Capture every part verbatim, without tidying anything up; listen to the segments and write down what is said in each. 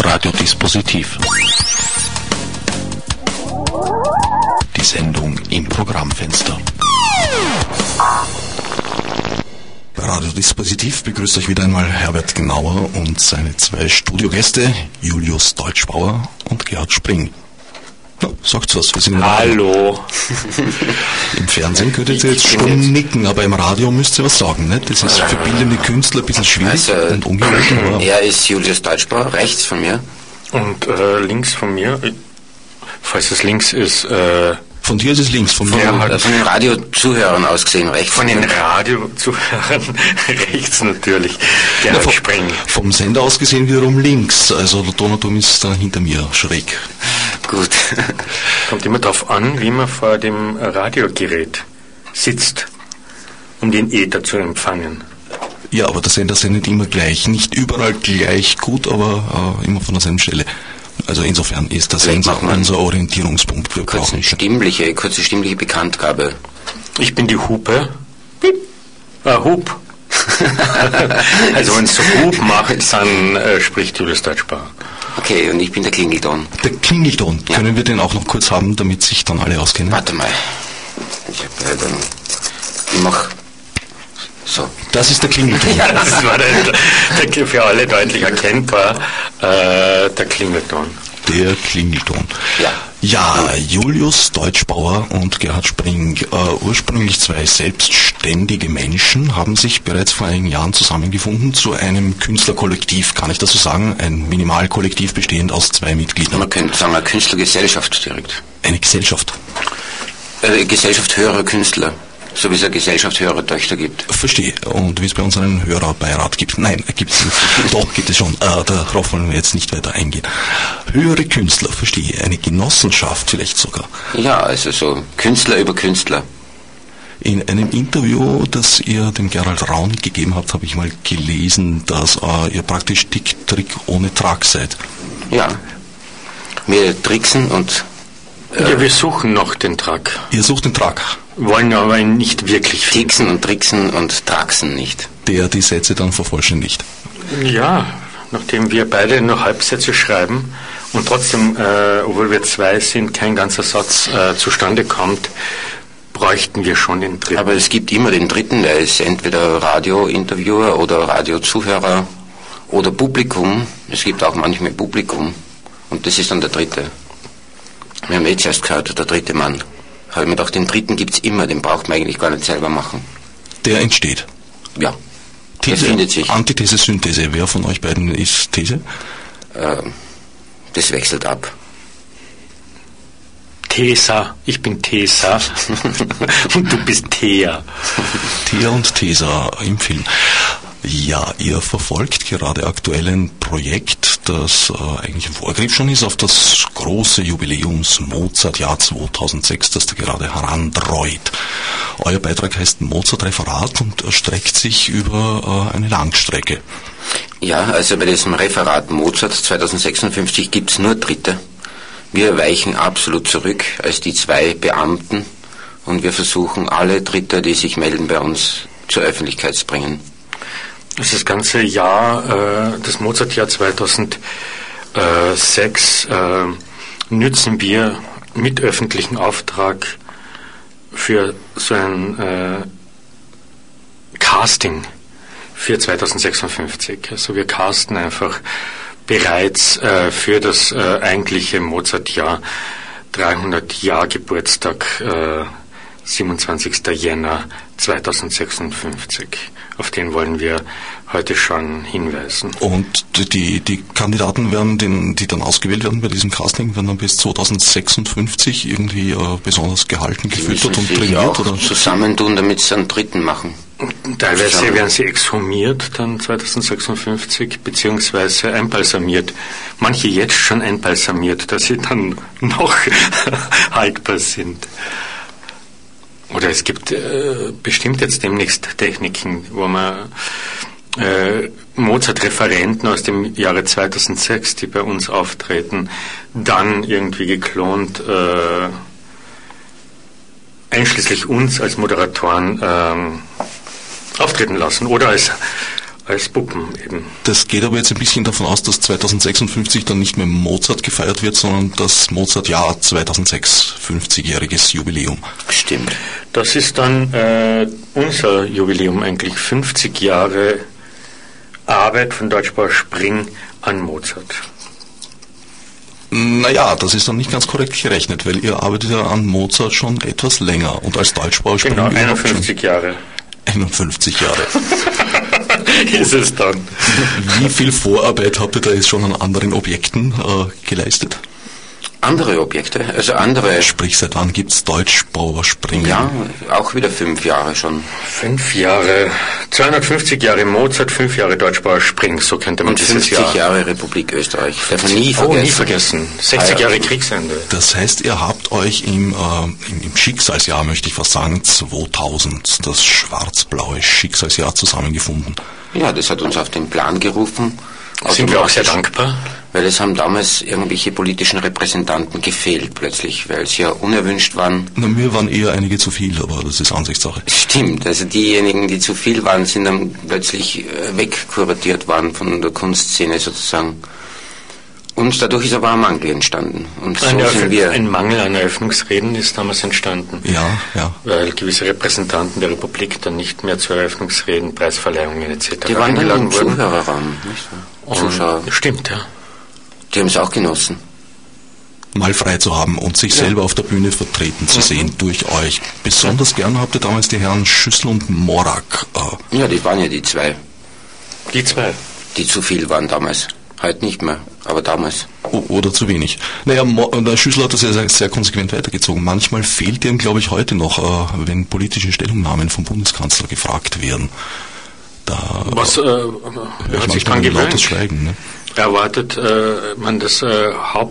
Radiodispositiv. Die Sendung im Programmfenster. Bei Radiodispositiv begrüßt euch wieder einmal Herbert Gnauer und seine zwei Studiogäste, Julius Deutschbauer und Gerhard Spring. No, sagt's was, wir sind Hallo. Im Fernsehen könntet ihr jetzt schon nicken, aber im Radio müsst ihr was sagen, ne? Das ist für bildende Künstler ein bisschen schwierig also, und ungewöhnlich. Er ist Julius Deutschbauer, rechts von mir. Und äh, links von mir, falls es links ist, äh, von dir ist es links, von mir. Ja, halt von den Radiozuhörern aus gesehen, rechts. Von den Radiozuhörern rechts natürlich. Ja, vom, vom Sender aus gesehen wiederum links. Also der Donauturm ist da hinter mir schräg. Gut. Kommt immer darauf an, wie man vor dem Radiogerät sitzt, um den Äther zu empfangen. Ja, aber der Sender sendet immer gleich. Nicht überall gleich gut, aber äh, immer von derselben Stelle. Also insofern ist das unser, unser Orientierungspunkt. Wir kurze stimmliche, kurze stimmliche Bekanntgabe. Ich bin die Hupe. Piep. Ah, Hup. Also wenn es so Hup macht, dann äh, spricht Julius Deutschbauer. Okay, und ich bin der Klingelton. Der Klingelton. Ja. Können wir den auch noch kurz haben, damit sich dann alle auskennen? Warte mal. Ich hab ja dann... Ich mach... So. Das ist der Klingelton. Ja, das war der, der, für alle deutlich erkennbar, äh, der Klingelton. Der Klingelton. Ja. Ja, Julius Deutschbauer und Gerhard Spring, äh, ursprünglich zwei selbstständige Menschen, haben sich bereits vor einigen Jahren zusammengefunden zu einem Künstlerkollektiv, kann ich das so sagen? Ein Minimalkollektiv bestehend aus zwei Mitgliedern. Man könnte sagen, eine Künstlergesellschaft direkt. Eine Gesellschaft? Äh, Gesellschaft höherer Künstler. So wie es eine Gesellschaft höherer Töchter gibt. Verstehe. Und wie es bei uns einen Hörerbeirat gibt. Nein, gibt es nicht. Doch, gibt es schon. Äh, darauf wollen wir jetzt nicht weiter eingehen. Höhere Künstler, verstehe. Eine Genossenschaft vielleicht sogar. Ja, also so Künstler über Künstler. In einem Interview, das ihr dem Gerald Raunig gegeben habt, habe ich mal gelesen, dass äh, ihr praktisch Tick, Trick ohne Track seid. Ja. Wir tricksen und... Äh, ja, wir suchen noch den Track. Ihr sucht den Track. Wollen aber nicht wirklich finden. Tricksen und tricksen und traxen nicht. Der die Sätze dann vervollständigt. Ja, nachdem wir beide nur Halbsätze schreiben und trotzdem, äh, obwohl wir zwei sind, kein ganzer Satz äh, zustande kommt, bräuchten wir schon den dritten. Aber es gibt immer den dritten, der ist entweder Radiointerviewer oder Radiozuhörer oder Publikum. Es gibt auch manchmal Publikum und das ist dann der dritte. Wir haben jetzt erst gehört, der dritte Mann. Habe ich mir gedacht, den dritten gibt es immer, den braucht man eigentlich gar nicht selber machen. Der entsteht? Ja. These, der findet sich. Antithese, Synthese. Wer von euch beiden ist These? Äh, das wechselt ab. Tesa. Ich bin Tesa. Und du bist Thea. Thea und Tesa im Film. Ja, ihr verfolgt gerade aktuell ein Projekt, das äh, eigentlich im Vorgriff schon ist auf das große Jubiläums-Mozart-Jahr zweitausendsechs, das da gerade herandreut. Euer Beitrag heißt Mozart-Referat und erstreckt sich über äh, eine Langstrecke. Ja, also bei diesem Referat Mozart zweitausendsechsundfünfzig gibt es nur Dritte. Wir weichen absolut zurück als die zwei Beamten und wir versuchen alle Dritte, die sich melden, bei uns zur Öffentlichkeit zu bringen. Das ist das ganze Jahr, äh, das Mozart-Jahr zweitausendsechs, äh, nützen wir mit öffentlichem Auftrag für so ein äh, Casting für zweitausendsechsundfünfzig. Also wir casten einfach bereits äh, für das äh, eigentliche Mozart-Jahr, dreihundert Jahr Geburtstag, äh, siebenundzwanzigsten Jänner zweitausendsechsundfünfzig. Auf den wollen wir heute schon hinweisen. Und die, die Kandidaten werden, den, die dann ausgewählt werden bei diesem Casting, werden dann bis zweitausendsechsundfünfzig irgendwie äh, besonders gehalten, gefüttert und trainiert? Oder zusammentun, damit sie einen Dritten machen. Teilweise zusammen. Werden sie exhumiert dann zweitausendsechsundfünfzig, beziehungsweise einbalsamiert. Manche jetzt schon einbalsamiert, dass sie dann noch haltbar sind. Oder es gibt äh, bestimmt jetzt demnächst Techniken, wo man äh, Mozart-Referenten aus dem Jahre zweitausendsechs, die bei uns auftreten, dann irgendwie geklont, äh, einschließlich uns als Moderatoren, äh, auftreten lassen. Oder als als Puppen eben. Das geht aber jetzt ein bisschen davon aus, dass zweitausendsechsundfünfzig dann nicht mehr Mozart gefeiert wird, sondern das Mozart-Jahr zweitausendsechs, fünfzigjähriges Jubiläum. Stimmt. Das ist dann äh, unser Jubiläum eigentlich, fünfzig Jahre Arbeit von Deutschbauer Spring an Mozart. Naja, das ist dann nicht ganz korrekt gerechnet, weil ihr arbeitet ja an Mozart schon etwas länger und als Deutschbauer Spring genau, einundfünfzig Jahre. einundfünfzig Jahre. Ist es dann. Wie viel Vorarbeit habt ihr da jetzt schon an anderen Objekten äh, geleistet? Andere Objekte, also andere... Sprich, seit wann gibt es Deutschbauer Springen? Ja, auch wieder fünf Jahre schon. Fünf Jahre, zweihundertfünfzig Jahre Mozart, fünf Jahre Deutschbauer Spring, so könnte man Und dieses fünfzig Jahr... Jahre Republik Österreich, darf man nie vergessen. Oh, nie vergessen. sechzig Jahre Kriegsende. Das heißt, ihr habt euch im, äh, im, im Schicksalsjahr, möchte ich fast sagen, zweitausend, das schwarz-blaue Schicksalsjahr zusammengefunden. Ja, das hat uns auf den Plan gerufen. Sind wir auch sehr dankbar. Weil es haben damals irgendwelche politischen Repräsentanten gefehlt plötzlich, weil sie ja unerwünscht waren. Na, mir waren eher einige zu viel, aber das ist Ansichtssache. Stimmt, also diejenigen, die zu viel waren, sind dann plötzlich wegkuratiert worden von der Kunstszene sozusagen. Und dadurch ist aber ein Mangel entstanden. Und so ein, sind wir ein Mangel an Eröffnungsreden ist damals entstanden. Ja, ja. Weil gewisse Repräsentanten der Republik dann nicht mehr zu Eröffnungsreden, Preisverleihungen et cetera die waren dann eingeladen im wurden. Zuhörerraum, nicht wahr? Zuschauer. Stimmt, ja. Die haben es auch genossen. Mal frei zu haben und sich ja. selber auf der Bühne vertreten zu mhm. sehen durch euch. Besonders ja. gern habt ihr damals die Herren Schüssel und Morak. Äh, ja, die waren ja die zwei. Die zwei? Die zu viel waren damals. Heute nicht mehr, aber damals. O- oder zu wenig. Naja, Mo- der Schüssel hat das ja sehr, sehr konsequent weitergezogen. Manchmal fehlt ihm, glaube ich, heute noch, äh, wenn politische Stellungnahmen vom Bundeskanzler gefragt werden. Da Was, äh, äh, hat sich dran gewöhnt. Lautes Schweigen, ne? Erwartet äh, man das äh,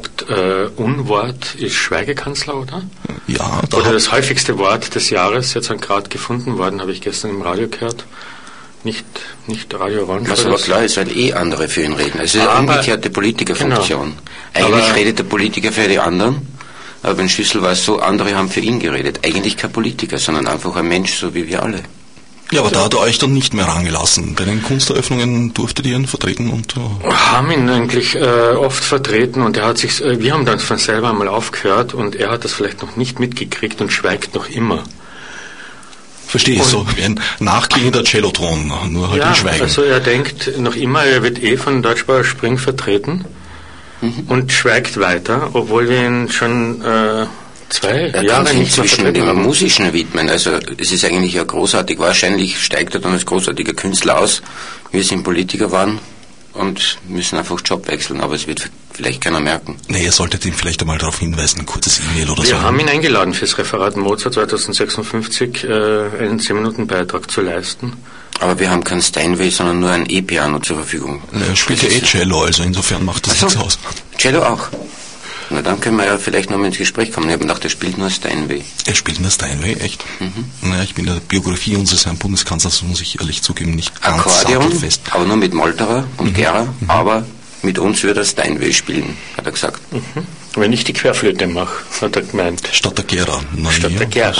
Hauptunwort äh, ist Schweigekanzler, oder? Ja. Da oder das häufigste Wort des Jahres, jetzt gerade gefunden worden, habe ich gestern im Radio gehört. Nicht, nicht Radio Orange. Was aber klar ist, weil eh andere für ihn reden. Es ist eine umgekehrte Politikerfunktion. Genau. Eigentlich aber redet der Politiker für die anderen, aber beim Schüssel war es so, andere haben für ihn geredet. Eigentlich kein Politiker, sondern einfach ein Mensch, so wie wir alle. Ja, aber da hat er euch dann nicht mehr rangelassen. Bei den Kunsteröffnungen durftet ihr ihn vertreten und... Äh haben ihn eigentlich äh, oft vertreten und er hat sich, äh, wir haben dann von selber einmal aufgehört und er hat das vielleicht noch nicht mitgekriegt und schweigt noch immer. Verstehe ich, so wie ein nachklingender Celloton, nur halt ja, im Schweigen. Also er denkt noch immer, er wird eh von Deutschbauer Spring vertreten mhm. und schweigt weiter, obwohl wir ihn schon... Äh, Zwei er Jahre kann nicht sich zwischen dem Musischen widmen. Also es ist eigentlich ja großartig. Wahrscheinlich steigt er dann als großartiger Künstler aus. Wir sind Politiker waren und müssen einfach Job wechseln, aber es wird vielleicht keiner merken. Nee, ihr solltet ihn vielleicht einmal darauf hinweisen, ein kurzes E-Mail oder wir so. Wir haben ihn eingeladen fürs Referat Mozart zweitausendsechsundfünfzig äh, einen zehn Minuten Beitrag zu leisten. Aber wir haben kein Steinway, sondern nur ein E-Piano zur Verfügung. Er spielt ja eh Cello, also insofern macht das nichts aus. Cello auch? Na, dann können wir ja vielleicht noch mal ins Gespräch kommen. Ich habe gedacht, er spielt nur Steinway. Er spielt nur Steinway, echt? Mhm. Naja, ich bin in der Biografie unseres Herrn Bundeskanzlers, muss ich ehrlich zugeben, nicht ganz Akkordeon, fest. Aber nur mit Molterer und mhm. Gera, mhm. aber mit uns würde er Steinway spielen, hat er gesagt. Mhm. Wenn ich die Querflöte mache, hat er gemeint. Statt der Gera. Na, Statt ja. der Gera.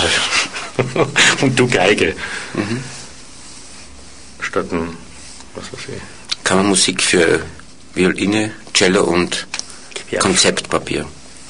Und du Geige. Mhm. Statt ein, was weiß ich. Kammermusik für Violine, Cello und ja. Konzeptpapier.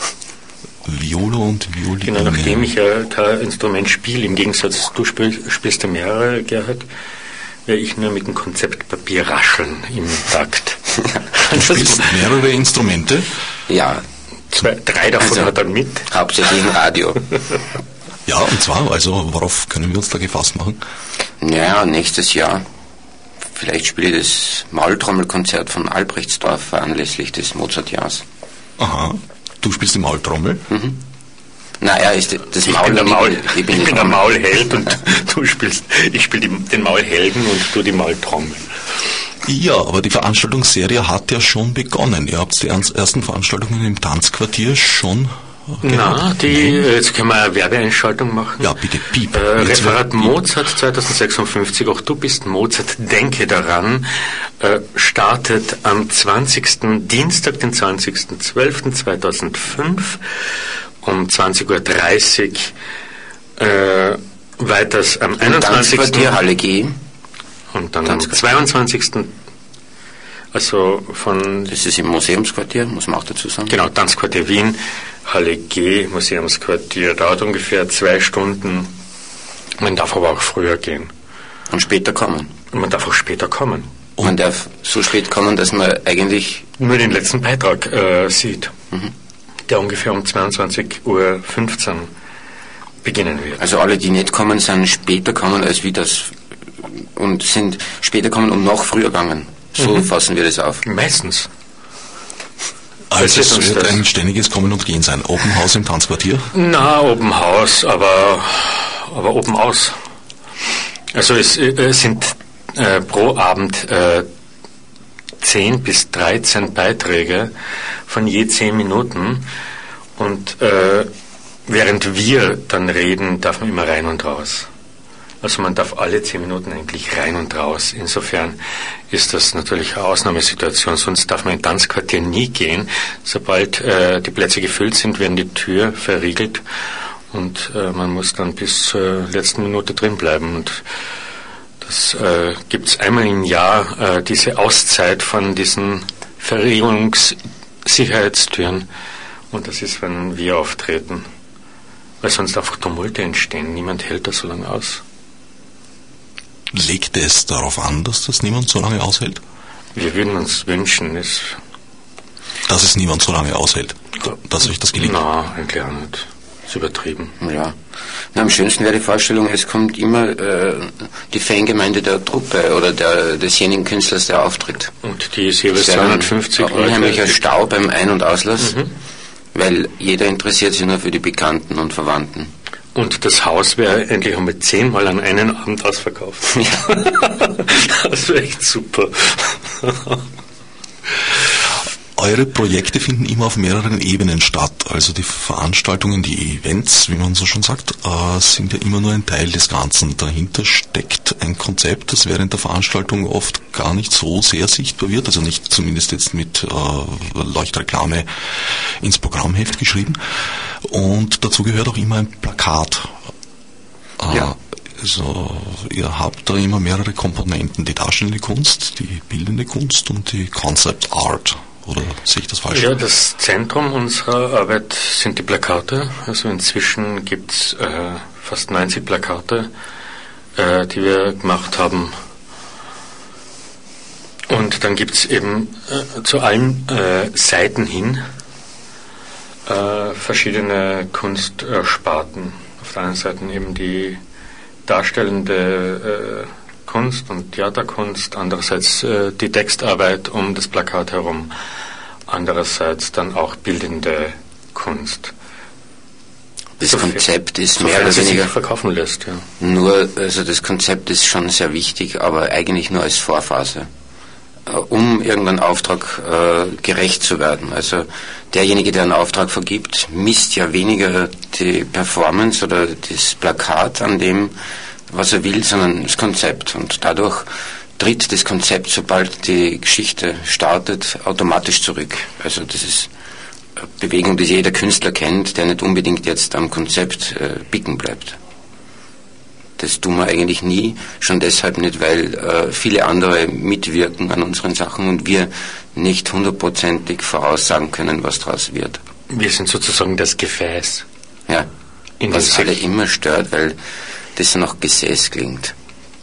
Viola und Violine. Genau, nachdem ich ja kein Instrument spiele, im Gegensatz, du spiel, spielst ja mehrere, Gerhard, werde ich nur mit dem Konzeptpapier rascheln im Takt. Du spielst mehrere Instrumente? Ja. Zwei, drei davon also, hat er mit. Hauptsächlich im Radio. Ja, und zwar, also worauf können wir uns da gefasst machen? Naja, nächstes Jahr vielleicht spiele ich das Maultrommelkonzert von Albrechtsdorf anlässlich des Mozart-Jahres. Aha, du spielst die Maultrommel? Mhm. Na, er ist das Maul. Ich bin der, Maul, ich bin, ich bin ich bin der Maulheld und du spielst, ich spiele den Maulhelden und du die Maultrommel. Ja, aber die Veranstaltungsserie hat ja schon begonnen. Ihr habt die ersten Veranstaltungen im Tanzquartier schon gehabt. Na, die, jetzt können wir eine Werbeeinschaltung machen. Ja, bitte, piep. Äh, Referat Mozart zweitausendsechsundfünfzig, auch du bist Mozart, denke daran, äh, startet am zwanzigsten Dienstag, den zwanzigsten zwölften zweitausendfünf um zwanzig Uhr dreißig, äh, weiters am einundzwanzigsten Tanzquartier Halle G. Und dann am zweiundzwanzigsten Also von... Das ist im Museumsquartier, muss man auch dazu sagen. Genau, Tanzquartier Wien, Halle G, Museumsquartier, dauert ungefähr zwei Stunden. Man darf aber auch früher gehen. Und später kommen. Und man darf auch später kommen. Und man darf so spät kommen, dass man eigentlich... Nur den letzten Beitrag äh, sieht, mhm. der ungefähr um zweiundzwanzig Uhr fünfzehn beginnen wird. Also alle, die nicht kommen, sind später kommen als wie das... und sind später kommen und noch früher gegangen. So mhm. fassen wir das auf. Meistens. Also es wird das. ein ständiges Kommen und Gehen sein. Open House im Tanzquartier? Na, Open House, aber, aber Open House. Also es äh, sind äh, pro Abend äh, zehn bis dreizehn Beiträge von je zehn Minuten. Und äh, während wir dann reden, darf man immer rein und raus. Also man darf alle zehn Minuten eigentlich rein und raus. Insofern ist das natürlich eine Ausnahmesituation. Sonst darf man in Tanzquartier nie gehen. Sobald äh, die Plätze gefüllt sind, werden die Tür verriegelt und äh, man muss dann bis zur letzten Minute drin bleiben. Und das äh, gibt es einmal im Jahr, äh, diese Auszeit von diesen Verriegelungssicherheitstüren. Und das ist, wenn wir auftreten. Weil sonst einfach Tumulte entstehen. Niemand hält das so lange aus. Legt es darauf an, dass das niemand so lange aushält? Wir würden uns wünschen, es dass es niemand so lange aushält, dass euch das gelingt. Nein, eigentlich auch nicht. Das ist übertrieben. Ja. Na, am schönsten wäre die Vorstellung, es kommt immer äh, die Fangemeinde der Truppe oder der, desjenigen Künstlers, der auftritt. Und die ist jeweils zweihundertfünfzig Leute. Ein unheimlicher Stau beim Ein- und Auslass, mhm. weil jeder interessiert sich nur für die Bekannten und Verwandten. Und das Haus wäre endlich einmal zehnmal an einen Abend ausverkauft. Ja. Das wäre echt super. Eure Projekte finden immer auf mehreren Ebenen statt. Also die Veranstaltungen, die Events, wie man so schon sagt, äh, sind ja immer nur ein Teil des Ganzen. Dahinter steckt ein Konzept, das während der Veranstaltung oft gar nicht so sehr sichtbar wird, also nicht zumindest jetzt mit äh, Leuchtreklame ins Programmheft geschrieben. Und dazu gehört auch immer ein Plakat. Äh, ja. Also ihr habt da immer mehrere Komponenten, die darstellende Kunst, die bildende Kunst und die Concept Art. Oder sehe ich das falsch? Ja, das Zentrum unserer Arbeit sind die Plakate. Also inzwischen gibt es äh, fast neunzig Plakate, äh, die wir gemacht haben. Und dann gibt es eben äh, zu allen äh, Seiten hin äh, verschiedene Kunstsparten. Auf der einen Seite eben die darstellende äh, Kunst und Theaterkunst, andererseits äh, die Textarbeit um das Plakat herum, andererseits dann auch bildende Kunst. Das so Konzept ist so mehr oder weniger verkaufen lässt, ja. Nur, also das Konzept ist schon sehr wichtig, aber eigentlich nur als Vorphase, äh, um irgendeinen Auftrag äh, gerecht zu werden. Also derjenige, der einen Auftrag vergibt, misst ja weniger die Performance oder das Plakat an dem, was er will, sondern das Konzept. Und dadurch tritt das Konzept, sobald die Geschichte startet, automatisch zurück. Also das ist eine Bewegung, die jeder Künstler kennt, der nicht unbedingt jetzt am Konzept äh, bicken bleibt. Das tun wir eigentlich nie, schon deshalb nicht, weil äh, viele andere mitwirken an unseren Sachen und wir nicht hundertprozentig voraussagen können, was daraus wird. Wir sind sozusagen das Gefäß. Ja, in was alle immer stört, weil das nach Gesäß klingt.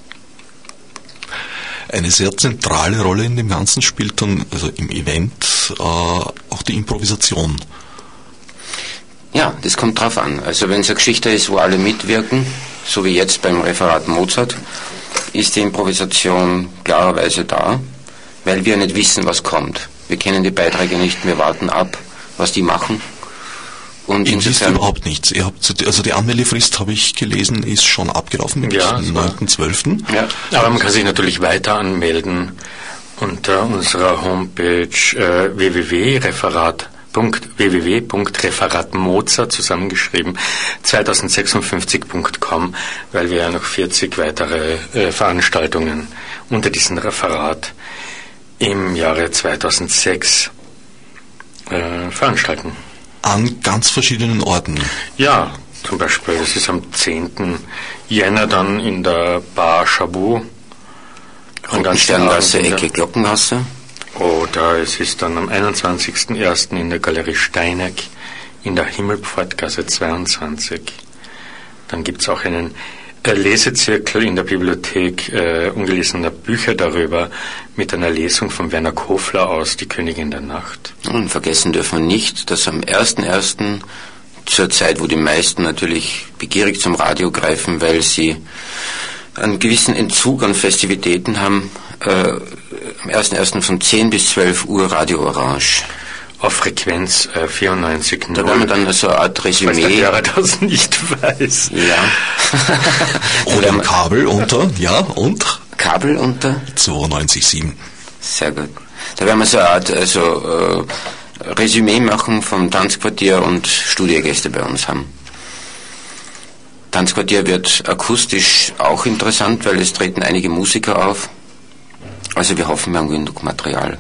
Eine sehr zentrale Rolle in dem Ganzen spielt dann, also im Event, äh, auch die Improvisation. Ja, das kommt drauf an. Also wenn es eine Geschichte ist, wo alle mitwirken, so wie jetzt beim Referat Mozart, ist die Improvisation klarerweise da, weil wir nicht wissen, was kommt. Wir kennen die Beiträge nicht, wir warten ab, was die machen. Und ihr wisst überhaupt nichts. Ihr habt, also die Anmeldefrist, habe ich gelesen, ist schon abgelaufen mit ja, neunten zwölften Ja. Aber man kann sich natürlich weiter anmelden unter unserer Homepage äh, w w w punkt referatmozart zusammengeschrieben zweitausendsechsundfünfzig punkt com, weil wir ja noch vierzig weitere äh, Veranstaltungen unter diesem Referat im Jahre zweitausendsechs äh, veranstalten. An ganz verschiedenen Orten. Ja, zum Beispiel, das ist am zehnten Jänner dann in der Bar Chabot Sterngasse, Ecke Glockengasse. Oder es ist dann am einundzwanzigsten ersten in der Galerie Steineck in der Himmelpfortgasse zweiundzwanzig. Dann gibt es auch einen äh, Lesezirkel in der Bibliothek äh, ungelesener Bücher darüber mit einer Lesung von Werner Kofler aus Die Königin der Nacht. Und vergessen dürfen wir nicht, dass am ersten ersten zur Zeit, wo die meisten natürlich begierig zum Radio greifen, weil sie einen gewissen Entzug an Festivitäten haben, äh, am ersten ersten von zehn bis zwölf Uhr Radio Orange. Auf Frequenz äh, vierundneunzig Komma null. Da werden wir dann so eine Art Resümee. Falls der Hörer das nicht weiß. Ja. Oder im Kabel unter, ja, und? Kabel unter? zweiundneunzig Komma sieben. Sehr gut. Da werden wir so eine Art also, äh, Resümee machen vom Tanzquartier und Studiogäste bei uns haben. Tanzquartier wird akustisch auch interessant, weil es treten einige Musiker auf. Also wir hoffen, wir haben genug Material.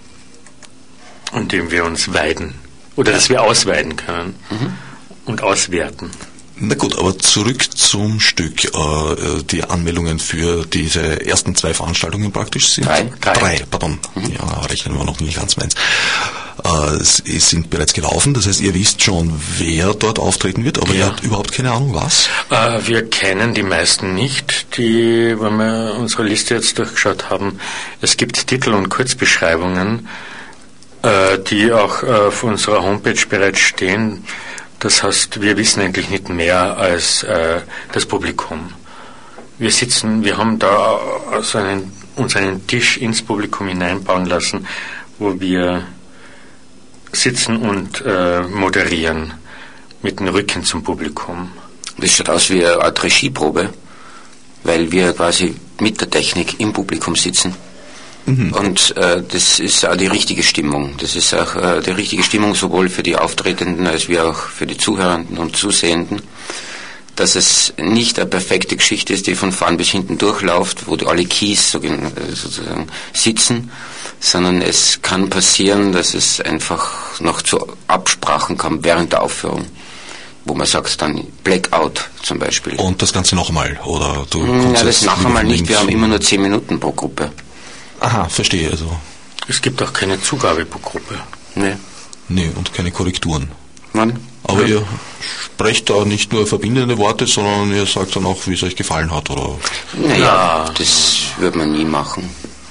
Und dem wir uns weiden. Oder dass wir ausweiden können. Mhm. Und auswerten. Na gut, aber zurück zum Stück. Äh, die Anmeldungen für diese ersten zwei Veranstaltungen praktisch sind? Drei. Drei, Drei pardon. Mhm. Ja, rechnen wir noch nicht ganz meins. Äh, sie sind bereits gelaufen, das heißt, ihr wisst schon, wer dort auftreten wird, aber ja. Ihr habt überhaupt keine Ahnung, was? Äh, wir kennen die meisten nicht, die, wenn wir unsere Liste jetzt durchgeschaut haben, es gibt Titel und Kurzbeschreibungen, äh, die auch äh, auf unserer Homepage bereits stehen. Das heißt, wir wissen eigentlich nicht mehr als äh, das Publikum. Wir sitzen, wir haben da also einen, uns einen Tisch ins Publikum hineinbauen lassen, wo wir sitzen und äh, moderieren mit dem Rücken zum Publikum. Das schaut aus wie eine Art Regieprobe, weil wir quasi mit der Technik im Publikum sitzen. Mhm. Und äh, das ist auch die richtige Stimmung. Das ist auch äh, die richtige Stimmung sowohl für die Auftretenden als wie auch für die Zuhörenden und Zusehenden, dass es nicht eine perfekte Geschichte ist, die von vorn bis hinten durchläuft, wo die alle Keys sozusagen sitzen, sondern es kann passieren, dass es einfach noch zu Absprachen kommt während der Aufführung, wo man sagt dann Blackout zum Beispiel. Und das Ganze noch einmal, oder? Du ja, das noch einmal nicht, wir haben immer nur zehn Minuten pro Gruppe. Aha, verstehe also. Es gibt auch keine Zugabe pro Gruppe. Nee. Nee, und keine Korrekturen. Nein. Aber ihr sprecht da nicht nur verbindende Worte, sondern ihr sagt dann auch, wie es euch gefallen hat, oder? Naja, ja. Das wird man nie machen.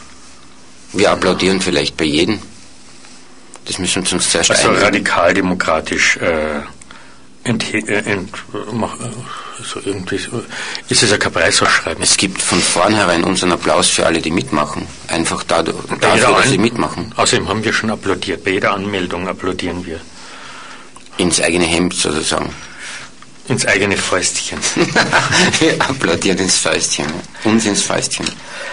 Wir applaudieren vielleicht bei jedem. Das müssen wir uns zuerst Also einnehmen. Radikaldemokratisch äh, ent, äh, ent, mach, so irgendwie ist es ja kein Preisausschreiben. Es gibt von vornherein unseren Applaus für alle, die mitmachen. Einfach dadurch, dafür, dass sie mitmachen. Außerdem haben wir schon applaudiert. Bei jeder Anmeldung applaudieren wir. Ins eigene Hemd sozusagen. Ins eigene Fäustchen. Wir applaudieren ins Fäustchen. Uns ins Fäustchen.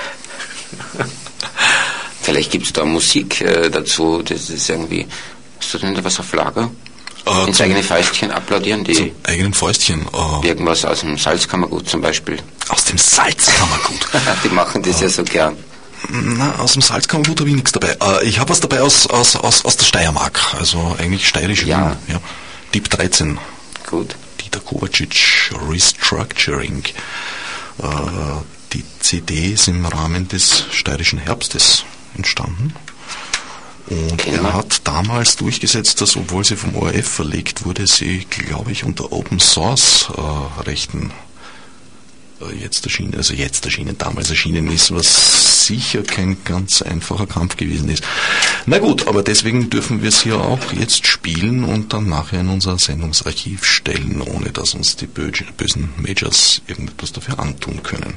Vielleicht gibt es da Musik äh, dazu, das ist irgendwie, hast du denn da was auf Lager? Äh, Ins eigene Fäustchen applaudieren die? Zum eigenen Fäustchen? Äh, irgendwas aus dem Salzkammergut zum Beispiel. Aus dem Salzkammergut? Die machen das äh, ja so gern. Na, aus dem Salzkammergut habe ich nichts dabei. Äh, ich habe was dabei aus, aus, aus, aus der Steiermark, also eigentlich steirisch ja. Wien. Ja. Tipp dreizehn. Gut. Dieter Kovacic, Restructuring. Äh, die C D ist im Rahmen des steirischen Herbstes entstanden. Und genau. Er hat damals durchgesetzt, dass, obwohl sie vom O R F verlegt wurde, sie, glaube ich, unter Open Source äh, Rechten äh, jetzt erschienen, also jetzt erschienen, damals erschienen ist, was sicher kein ganz einfacher Kampf gewesen ist. Na gut, aber deswegen dürfen wir es hier auch jetzt spielen und dann nachher in unser Sendungsarchiv stellen, ohne dass uns die bösen Majors irgendetwas dafür antun können.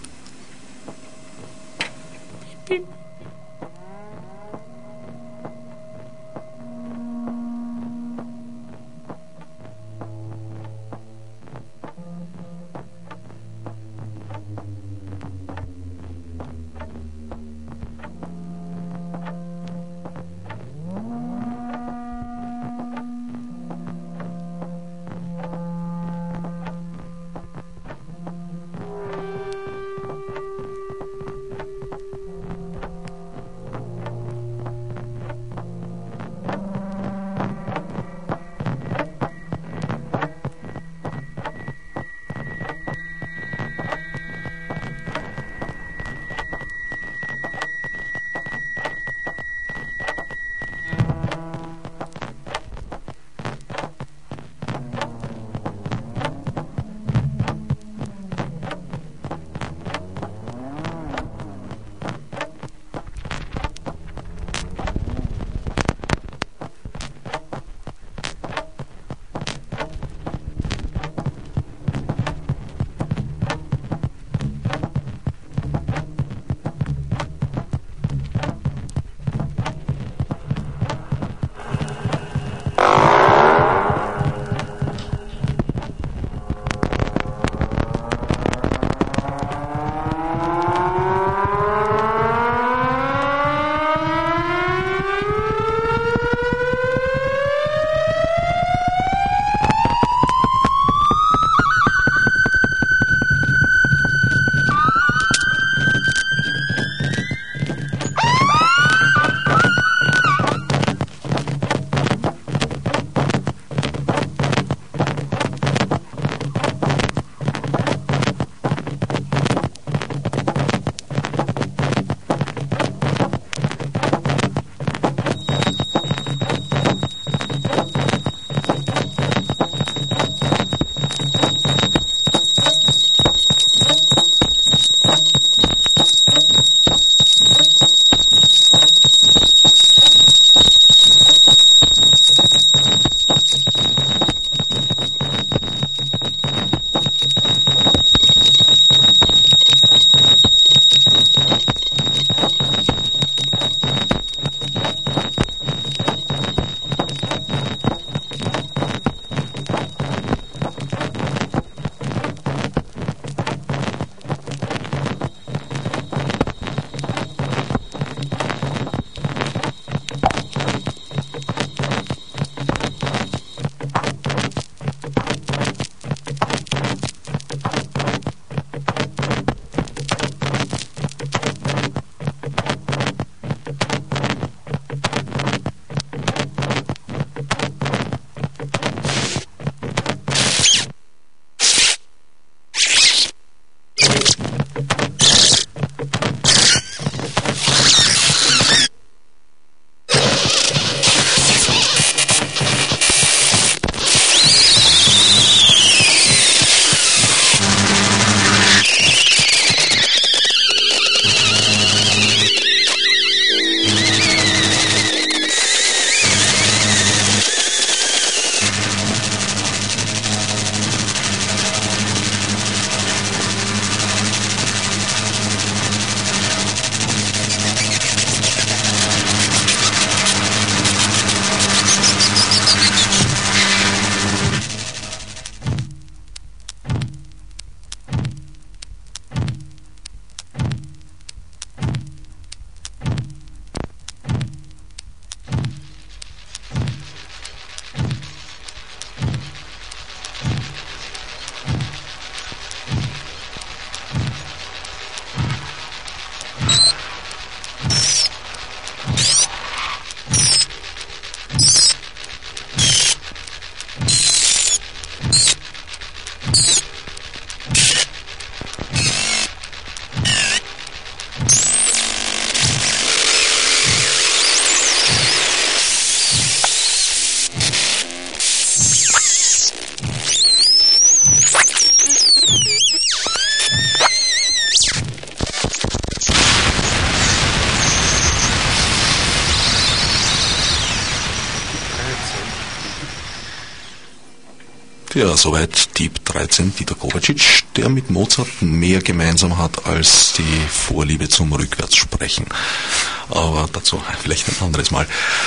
Ja, soweit Typ dreizehn, Dieter Kovacic, der mit Mozart mehr gemeinsam hat als die Vorliebe zum Rückwärtssprechen. Aber dazu vielleicht ein anderes Mal.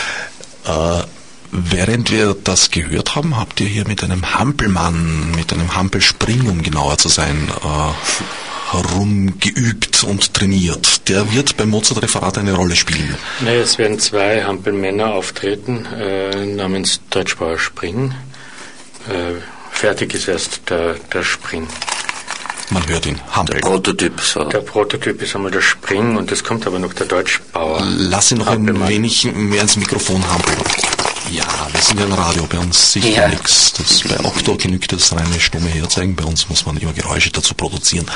Äh, während wir das gehört haben, habt ihr hier mit einem Hampelmann, mit einem Hampelspring, um genauer zu sein, äh, herumgeübt und trainiert. Der wird beim Mozart-Referat eine Rolle spielen. Naja, es werden zwei Hampelmänner auftreten, äh, namens Deutschbauer Spring. Äh, fertig ist erst der, der Spring. Man hört ihn, Hampel. Der Prototyp. So. Der Prototyp ist einmal der Spring und es kommt aber noch der Deutschbauer. Lass ihn noch Hampelmann. ein wenig mehr ins Mikrofon hampeln. Ja, wir sind ja ein Radio, bei uns sicher Ja. nichts. Das, bei Okto genügt das reine stumme Herzeigen, bei uns muss man immer Geräusche dazu produzieren.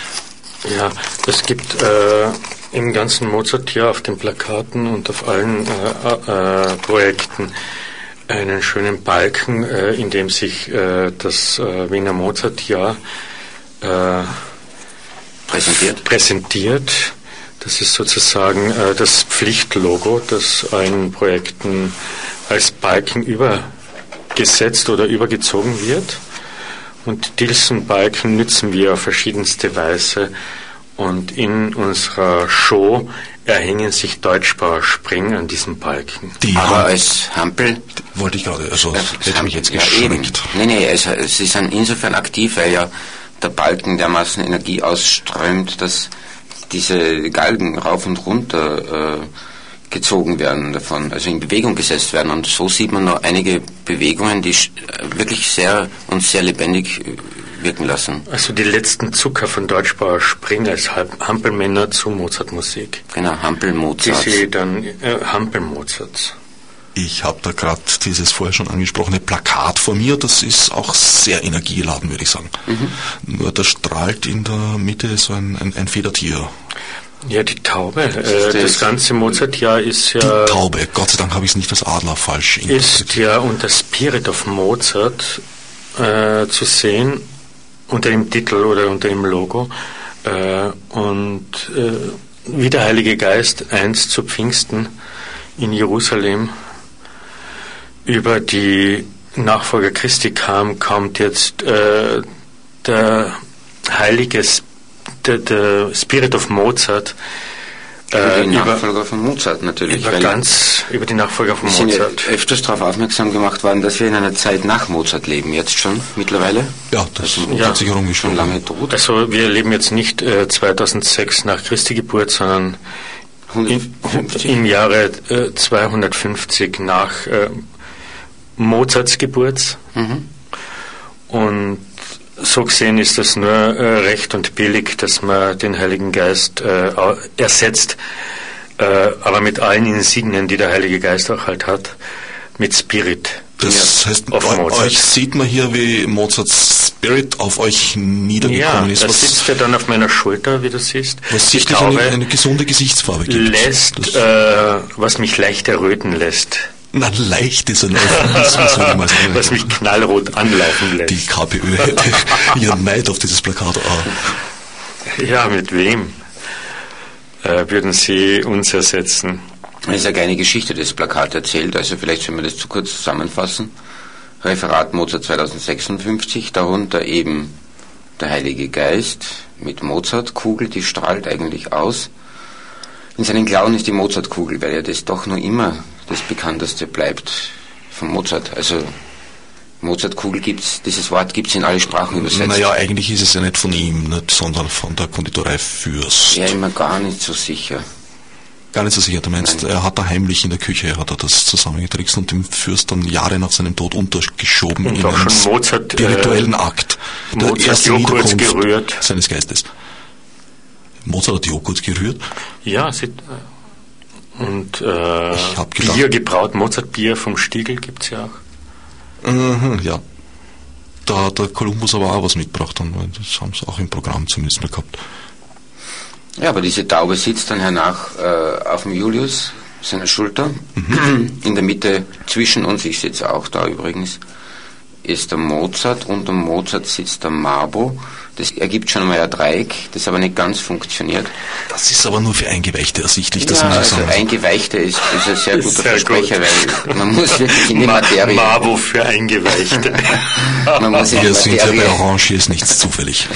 Ja, es gibt äh, im ganzen Mozart-Jahr auf den Plakaten und auf allen äh, äh, Projekten einen schönen Balken, äh, in dem sich äh, das äh, Wiener Mozart-Jahr äh, Präsentiert. präsentiert. Das ist sozusagen äh, das Pflichtlogo, das allen Projekten als Balken übergesetzt oder übergezogen wird. Und diesen Balken nützen wir auf verschiedenste Weise. Und in unserer Show erhängen sich Deutschbauer Spring an diesem Balken. Die Aber Ham- als Hampel... wollte ich gerade, also äh, hätte mich jetzt ja, eben. geschreckt. Nee, nee, es, sie sind insofern aktiv, weil ja der Balken dermaßen Energie ausströmt, dass diese Galgen rauf und runter äh, gezogen werden davon, also in Bewegung gesetzt werden. Und so sieht man noch einige Bewegungen, die sch- wirklich sehr uns sehr lebendig äh, wirken lassen. Also die letzten Zucker von Deutschbauer Spring als Halb- Hampelmänner zu Mozartmusik. Genau, Hampel Die Mozart. sie dann äh, Hampel-Mozarts. Ich habe da gerade dieses vorher schon angesprochene Plakat vor mir, das ist auch sehr energiegeladen, würde ich sagen. Mhm. Nur da strahlt in der Mitte so ein, ein, ein Federtier. Ja, die Taube. Äh, das? das ganze Mozart-Jahr ist ja... Die Taube, Gott sei Dank habe ich es nicht als Adler falsch ist ja unter Spirit of Mozart äh, zu sehen, unter dem Titel oder unter dem Logo. Äh, und äh, wie der Heilige Geist einst zu Pfingsten in Jerusalem über die Nachfolger Christi kam, kommt jetzt äh, der Heilige Sp- der, der Spirit of Mozart Über äh, die über, Nachfolger von Mozart natürlich. über weil ganz über die Nachfolger von wir sind ja Mozart. öfters darauf aufmerksam gemacht worden, dass wir in einer Zeit nach Mozart leben, jetzt schon mittlerweile. Ja, das Also, ja, hat sich Schon herumgeschoben. lange tot. Also wir leben jetzt nicht äh, zweitausendsechs nach Christi Geburt, sondern in, hundertfünfzig. im Jahre äh, zweihundertfünfzig nach äh, Mozarts Geburt. Mhm. Und so gesehen ist das nur äh, recht und billig, dass man den Heiligen Geist äh, au- ersetzt, äh, aber mit allen Insignien, die der Heilige Geist auch halt hat, mit Spirit. Das heißt, Auf eu- Mozart. euch sieht man hier, wie Mozarts Spirit auf euch niedergekommen Ja, ist. das Was, sitzt ja dann auf meiner Schulter, wie du siehst. was Die sichtlich eine, Taube eine gesunde Gesichtsfarbe gibt. lässt, Das, äh, was mich leicht erröten lässt. na, leicht ist ein Euphemismus, würde ich mal sagen. Was mich knallrot anlaufen lässt. Die K P Ö hätte ihren Neid auf dieses Plakat. Ah. Ja, mit wem äh, würden Sie uns ersetzen? Es ist eine kleine Geschichte, das Plakat erzählt, also vielleicht sollen wir das zu kurz zusammenfassen. Referat Mozart zweitausendsechsundfünfzig, darunter eben der Heilige Geist mit Mozartkugel, die strahlt eigentlich aus. In seinen Klauen ist die Mozartkugel, weil ja das doch nur immer das bekannteste bleibt von Mozart. Also Mozartkugel gibt's, dieses Wort gibt es in alle Sprachen übersetzt. Naja, eigentlich ist es ja nicht von ihm, nicht, sondern von der Konditorei Fürst. Ja, immer gar nicht so sicher. Gar nicht so sicher. Du meinst, Nein. er hat da heimlich in der Küche hat er das zusammengetrickst und dem Fürst dann Jahre nach seinem Tod untergeschoben Und in auch einem schon Mozart, spirituellen äh, Akt. Der Mozart erste Joghurt Niederkunft gerührt. seines Geistes. Mozart hat Joghurt gerührt. Ja, sie, und äh, Ich hab gedacht- Bier gebraut, Mozartbier vom Stiegel gibt es ja auch. Mhm, ja. Da hat der Kolumbus aber auch was mitgebracht, und das haben sie auch im Programm zumindest mal gehabt. Ja, aber diese Taube sitzt dann hernach äh, auf dem Julius, seiner Schulter. Mhm. In der Mitte zwischen uns, ich sitze auch da übrigens, ist der Mozart. Unter Mozart sitzt der Mabo, Das ergibt schon einmal ein Dreieck, das aber nicht ganz funktioniert. Das ist aber nur für Eingeweihte ersichtlich. Das ja, muss ich also sagen. Eingeweihte ist, ist ein sehr guter sehr Versprecher, gut. weil man muss wirklich in die Materie... Mabo für Eingeweihte. man muss in die Wir sind ja Materie... bei Orange, ist nichts zufällig.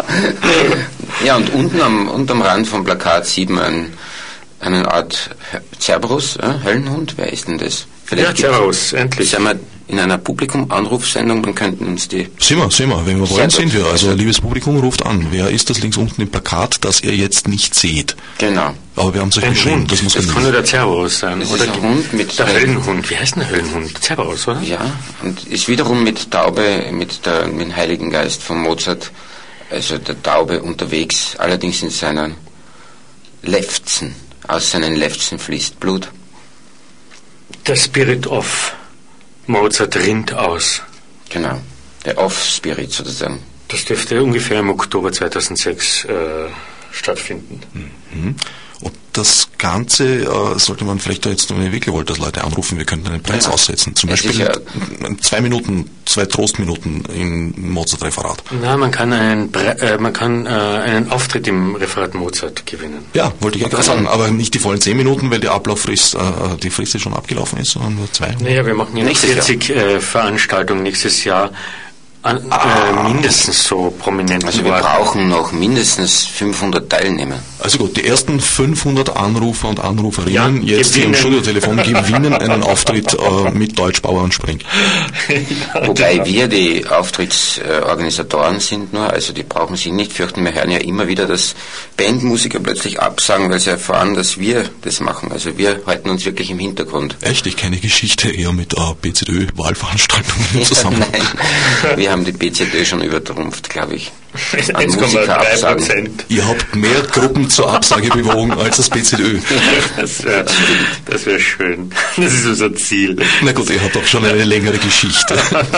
Ja, und unten am, unterm Rand vom Plakat sieht man eine Art Cerberus, äh, Höllenhund, wer ist denn das? Vielleicht Ja, Cerberus, endlich. Sind wir in einer Publikum-Anrufsendung, dann könnten uns die... Sind wir, sind wir. Wenn wir wollen, Sehr sind gut. wir. Also, liebes Publikum, ruft an. Wer ist das links unten im Plakat, das ihr jetzt nicht seht? Genau. Aber wir haben es euch Ein geschrieben. Hund, Das muss das kann nur der Cerberus sein. Das oder ist ein Hund mit... der Höllenhund. Wie heißt denn der Höllenhund? Cerberus, oder? Ja, und ist wiederum mit Taube, mit, der, mit dem Heiligen Geist von Mozart, also der Taube unterwegs, allerdings in seinen Lefzen. Aus seinen Lefzen fließt Blut. Der Spirit of Mozart rinnt aus. Genau, der Off-Spirit sozusagen. Das dürfte ungefähr im Oktober zweitausendsechs äh, stattfinden. Mhm. Und das Ganze äh, sollte man vielleicht da jetzt, wenn ihr wirklich wollt, dass Leute anrufen, wir könnten einen Preis Ja. aussetzen. Zum Es Beispiel ist ja zwei Minuten, zwei Trostminuten im Mozart-Referat. Na, man kann einen, Bre äh, man kann äh, einen Auftritt im Referat Mozart gewinnen. Ja, wollte ich ja gerade sagen, aber nicht die vollen zehn Minuten, weil die Ablauffrist, äh, die Frist schon abgelaufen ist, sondern nur zwei. Naja, wir machen ja Nächstes vierzig äh, Veranstaltungen nächstes Jahr an Ah. äh, mindestens so prominenten Also wir Orten. brauchen noch mindestens fünfhundert Teilnehmer. Also gut, die ersten fünfhundert Anrufer und Anruferinnen Ja, jetzt hier im gewinnen. Studiotelefon gewinnen einen Auftritt äh, mit Deutsch, Bauer und Spring. Ja, Wobei genau. wir die Auftrittsorganisatoren sind nur, also die brauchen sich nicht fürchten. Wir hören ja immer wieder, dass Bandmusiker plötzlich absagen, weil sie erfahren, dass wir das machen. Also wir halten uns wirklich im Hintergrund. Echt, ich kenne Geschichte eher mit äh, B Z Ö-Wahlveranstaltungen zusammen. Nein, wir haben die B Z Ö schon übertrumpft, glaube ich. An eins Komma drei Musikerabsagen. Prozent. Ihr habt mehr Gruppen zur Absage bewogen als das B Z Ö. Das wäre das wär schön. Das ist unser Ziel. Na gut, ihr habt doch schon eine längere Geschichte.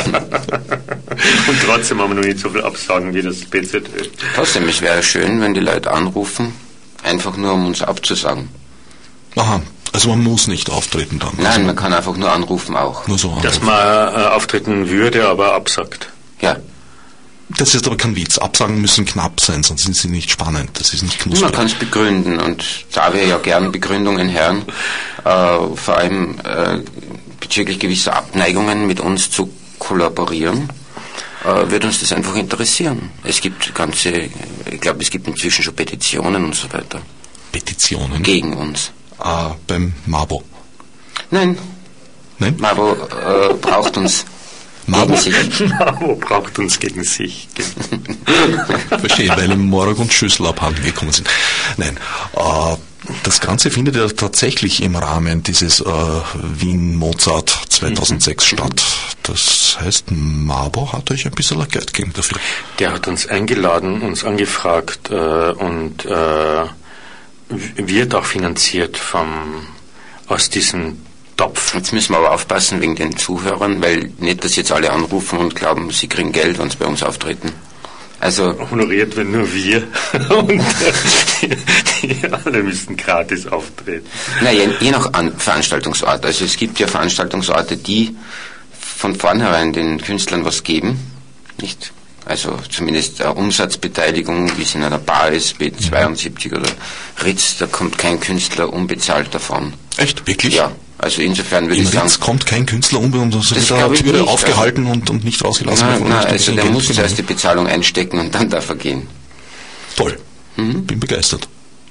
Und trotzdem haben wir noch nicht so viel Absagen wie das B Z Ö. Trotzdem, es wäre schön, wenn die Leute anrufen, einfach nur um uns abzusagen. Aha, also man muss nicht auftreten dann. Nein, man kann einfach nur anrufen auch. Nur so Dass anrufen. man äh, auftreten würde, aber absagt. Ja, Das ist aber kein Witz. Absagen müssen knapp sein, sonst sind sie nicht spannend. Das ist nicht man knusprig. kann es begründen und da wir ja gern Begründungen hören, äh, vor allem äh, bezüglich gewisser Abneigungen mit uns zu kollaborieren, äh, wird uns das einfach interessieren. Es gibt ganze, ich glaube, es gibt inzwischen schon Petitionen und so weiter Petitionen gegen uns. äh, beim Mabo. Nein, Nein? Mabo äh, braucht uns Mabo? gegen sich. Mabo braucht uns gegen sich. Verstehe, weil im Morag und Schüssel abhanden gekommen sind. Nein, äh, das Ganze findet ja tatsächlich im Rahmen dieses äh, Wien-Mozart zweitausendsechs statt. Das heißt, Mabo hat euch ein bisschen Geld gegeben dafür. Der hat uns eingeladen, uns angefragt äh, und äh, wird auch finanziert vom, aus diesem Topf. Jetzt müssen wir aber aufpassen wegen den Zuhörern, weil nicht, dass jetzt alle anrufen und glauben, sie kriegen Geld, wenn sie bei uns auftreten. Also, Honoriert werden nur wir und äh, die, die alle müssen gratis auftreten. na, je, je nach An Veranstaltungsort. Also es gibt ja Veranstaltungsorte, die von vornherein den Künstlern was geben, nicht? Also zumindest eine Umsatzbeteiligung, wie es in einer Bar ist, B zweiundsiebzig oder Ritz, da kommt kein Künstler unbezahlt davon. Echt? Wirklich? Ja, also insofern würde Im ich sagen... Ritz kommt kein Künstler um und so Das wird glaub der ich Türe nicht, aufgehalten und, und nicht rausgelassen. Nein, bevor nein, nicht ein also bisschen der Geld muss genommen zuerst die Bezahlung einstecken und dann darf er gehen. Toll. Mhm. Bin begeistert.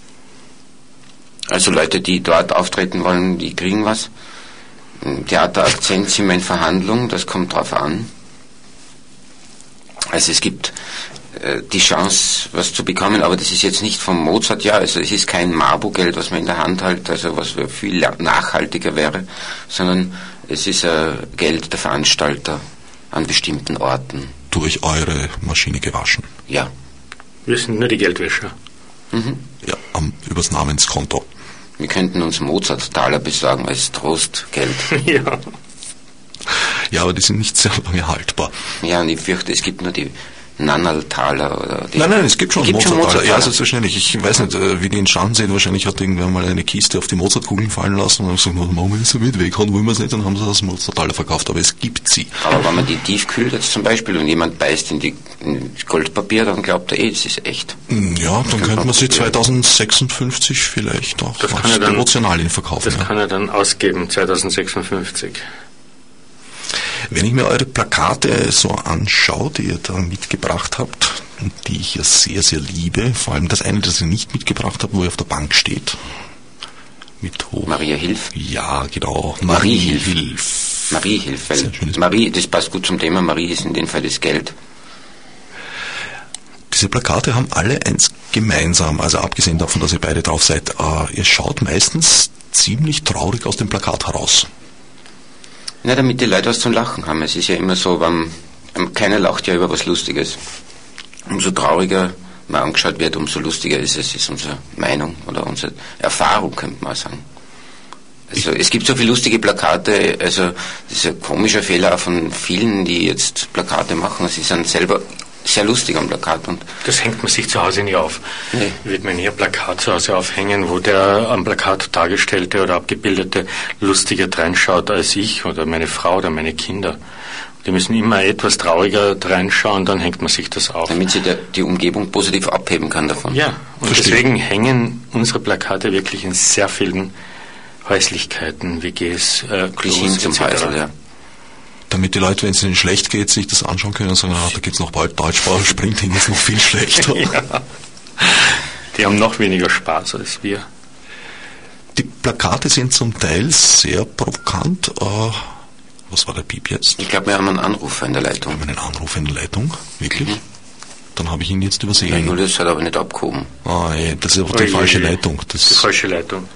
Also Leute, die dort auftreten wollen, die kriegen was. Theaterakzent sind wir in Verhandlung, das kommt drauf an. Also es gibt äh, die Chance, was zu bekommen, aber das ist jetzt nicht vom Mozart, ja, also es ist kein Mabo-Geld, was man in der Hand hält, also was viel nachhaltiger wäre, sondern es ist äh, Geld der Veranstalter an bestimmten Orten. Durch eure Maschine gewaschen. Ja. Wir sind nur die Geldwäscher. Mhm. Ja, um, übers Namenskonto. Wir könnten uns Mozart-Taler besorgen als Trostgeld. Ja. Ja, aber die sind nicht sehr lange haltbar. Ja, und ich fürchte, es gibt nur die Nannerltaler oder die... Nein, nein, es gibt schon gibt Mozarttaler. Mozarttaler. Ja, selbstverständlich. Ich weiß nicht, wie die entstanden sind. Wahrscheinlich hat irgendwer mal eine Kiste auf die Mozartkugeln fallen lassen und hat gesagt, machen wir so mit weg, wollen wir es nicht, dann haben sie das Mozarttaler verkauft. Aber es gibt sie. Aber wenn man die tief kühlt jetzt zum Beispiel und jemand beißt in die in Goldpapier, dann glaubt er eh, es ist echt. Ja, dann könnte man sie zweitausendsechsundfünfzig vielleicht auch das als Devotionalien verkaufen. Das ja. kann er dann ausgeben, zweitausendsechsundfünfzig. Wenn ich mir eure Plakate so anschaue, die ihr da mitgebracht habt, und die ich ja sehr, sehr liebe, vor allem das eine, das ihr nicht mitgebracht habt, wo ihr auf der Bank steht, mit hoch... Maria Hilf? Ja, genau. Marie Marie Hilf. Hilf. Marie Hilf, weil Sehr schönes Marie, das passt gut zum Thema, Marie ist in dem Fall das Geld. Diese Plakate haben alle eins gemeinsam, also abgesehen davon, dass ihr beide drauf seid, äh, ihr schaut meistens ziemlich traurig aus dem Plakat heraus. Na, damit die Leute was zum Lachen haben. Es ist ja immer so, wenn, keiner lacht ja über was Lustiges. Umso trauriger man angeschaut wird, umso lustiger ist es, ist unsere Meinung oder unsere Erfahrung, könnte man sagen. Also es gibt so viele lustige Plakate, also das ist ein komischer Fehler auch von vielen, die jetzt Plakate machen. Sie sind selber sehr lustig am Plakat. Und das hängt man sich zu Hause nie auf. Nee. Wird man nie ein Plakat zu Hause aufhängen, wo der am Plakat dargestellte oder abgebildete lustiger reinschaut als ich oder meine Frau oder meine Kinder. Die müssen immer etwas trauriger reinschauen, dann hängt man sich das auf. Damit sie der, die Umgebung positiv abheben kann davon. Ja, und Verstehe. Deswegen hängen unsere Plakate wirklich in sehr vielen Häuslichkeiten, W Gs, äh, Bis hin Klos zum et cetera. Häusl, ja. Damit die Leute, wenn es ihnen schlecht geht, sich das anschauen können und sagen, ah, da gibt es noch bald Deutschbau, springt ihnen jetzt noch viel schlechter. Ja. Die haben noch weniger Spaß als wir. Die Plakate sind zum Teil sehr provokant. Äh, was war der Piep jetzt? Ich glaube, wir haben einen Anrufer in der Wir Leitung. haben einen Anruf in der Leitung, wirklich? Mhm. Dann habe ich ihn jetzt Der übersehen. Julius hat aber nicht abgehoben. Ah, ey, das ist aber die Oje, falsche oje. Leitung. Die Das, falsche Leitung.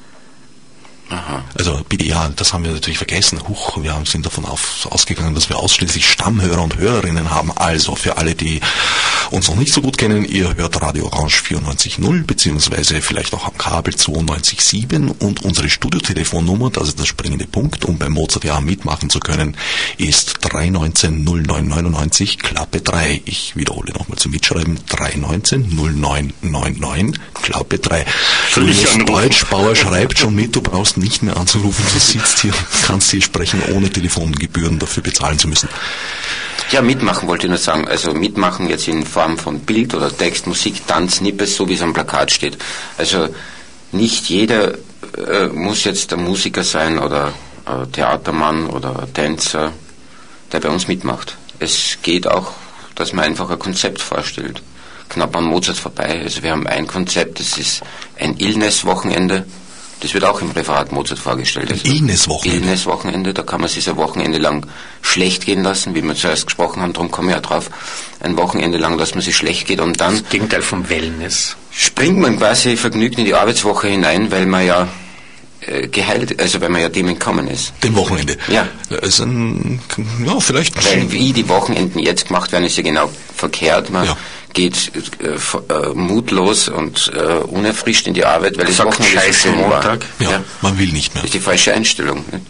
Aha. also bitte, ja, das haben wir natürlich vergessen. Huch, wir haben- sind davon auf, ausgegangen, dass wir ausschließlich Stammhörer und Hörerinnen haben. Also für alle, die uns noch nicht so gut kennen, ihr hört Radio Orange vierundneunzig null, beziehungsweise vielleicht auch am Kabel zweiundneunzig Komma sieben und unsere Studiotelefonnummer, das ist der springende Punkt, um beim Mozartjahr mitmachen zu können, ist drei eins neun null neun neun neun, Klappe drei. Ich wiederhole nochmal zum Mitschreiben, drei eins neun null neun neun neun, Klappe drei. Soll ich Julius anrufen? Deutschbauer schreibt schon mit, du brauchst nicht mehr anzurufen, du sitzt hier und kannst hier sprechen, ohne Telefongebühren dafür bezahlen zu müssen. Ja, mitmachen wollte ich nur sagen. Also mitmachen jetzt in Form von Bild oder Text, Musik, Tanz, Nippes, so wie es am Plakat steht. Also nicht jeder äh, muss jetzt ein Musiker sein oder ein Theatermann oder ein Tänzer, der bei uns mitmacht. Es geht auch, dass man einfach ein Konzept vorstellt. Knapp an Mozart vorbei. Also wir haben ein Konzept, das ist ein Illness-Wochenende. Das wird auch im Referat Mozart vorgestellt. Ein Illness-Wochenende? Illness-Wochenende, da kann man sich ein Wochenende lang schlecht gehen lassen, wie wir zuerst gesprochen haben, darum komme ich ja drauf. Ein Wochenende lang, dass man sich schlecht geht und dann Das Gegenteil vom Wellness. springt man quasi vergnügt in die Arbeitswoche hinein, weil man ja äh, geheilt, also weil man ja dem entkommen ist. Dem Wochenende. Ja. Es ist ein, ja, vielleicht. Weil wie die Wochenenden jetzt gemacht werden, ist ja genau verkehrt. Man Ja. geht äh, f- äh, mutlos und äh, unerfrischt in die Arbeit, weil das Sagt Wochenende so Scheiße schön war. Montag. Ja, Ja. man will nicht mehr. Das ist die falsche Einstellung. Ne?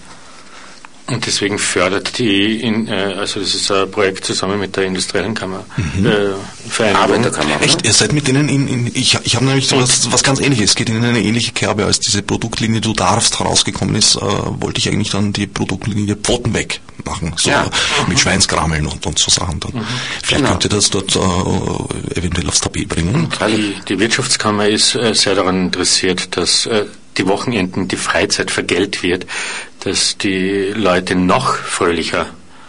Und deswegen fördert die, in, äh, also das ist ein Projekt zusammen mit der Industriellen Kammer, äh, Vereinigung. Arbeiterkammer. Echt? oder? Ihr seid mit denen in, in ich, ich habe nämlich so was, was ganz ähnliches. Es geht in eine ähnliche Kerbe, als diese Produktlinie Du darfst herausgekommen ist, äh, wollte ich eigentlich dann die Produktlinie Pfoten weg machen. So Ja. mit Schweinskrammeln und, und so Sachen dann. Vielleicht Genau. könnt ihr das dort äh, eventuell aufs Tapet bringen. Die, die Wirtschaftskammer ist äh, sehr daran interessiert, dass äh, die Wochenenden, die Freizeit vergällt wird, dass die Leute noch fröhlicher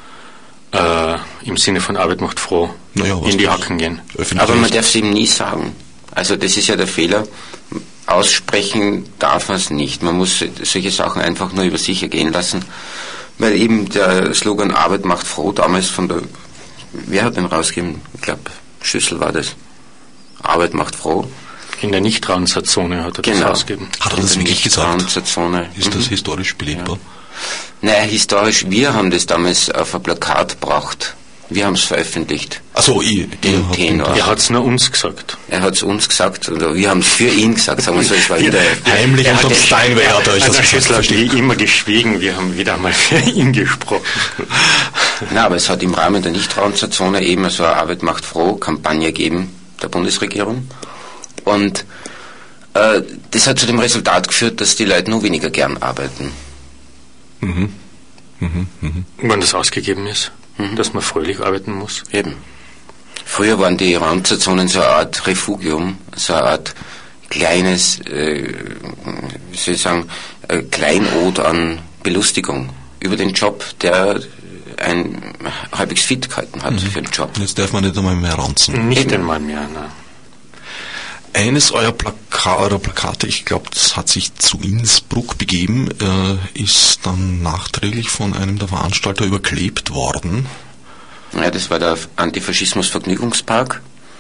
äh, im Sinne von Arbeit macht froh Naja, was in die das- Hacken gehen. Öffentlich. Aber man darf es eben nie sagen. Also das ist ja der Fehler. Aussprechen darf man es nicht. Man muss solche Sachen einfach nur über sich ergehen lassen. Weil eben der Slogan Arbeit macht froh damals von der, wer hat den rausgegeben? Ich glaube, Schüssel war das. Arbeit macht froh. In der Nicht-Randsatzone hat er das Genau. ausgegeben. Hat er das wirklich gesagt? Zone. Ist das historisch belegbar? Naja, historisch, wir haben das damals auf ein Plakat gebracht. Wir haben es veröffentlicht. Achso, ich, den Tenor. Er hat es nur uns gesagt. Er hat es uns gesagt, oder wir haben es für ihn gesagt, sagen wir so, es war wieder heimlich unterm Steinway hat er euch das gesagt. Er hat wie immer geschwiegen, wir haben wieder einmal für ihn gesprochen. Na, aber es hat im Rahmen der Nichtrauenzone eben so eine Arbeit macht froh Kampagne gegeben der Bundesregierung. Und äh, das hat zu dem Resultat geführt, dass die Leute nur weniger gern arbeiten. Mhm. Mhm. Mhm. Wenn das ausgegeben ist, mhm. dass man fröhlich arbeiten muss. Eben. Früher waren die Raumzeitzonen so eine Art Refugium, so eine Art kleines, äh, wie soll ich sagen, äh, Kleinod an Belustigung über den Job, der ein halbwegs fit gehalten hat mhm. für den Job. Jetzt darf man nicht einmal mehr ranzen. Nicht Eben. einmal mehr, ne. Eines eurer, Plaka eurer Plakate, ich glaube, das hat sich zu Innsbruck begeben, äh, ist dann nachträglich von einem der Veranstalter überklebt worden. Ja, das war der Antifaschismus-Vergnügungspark.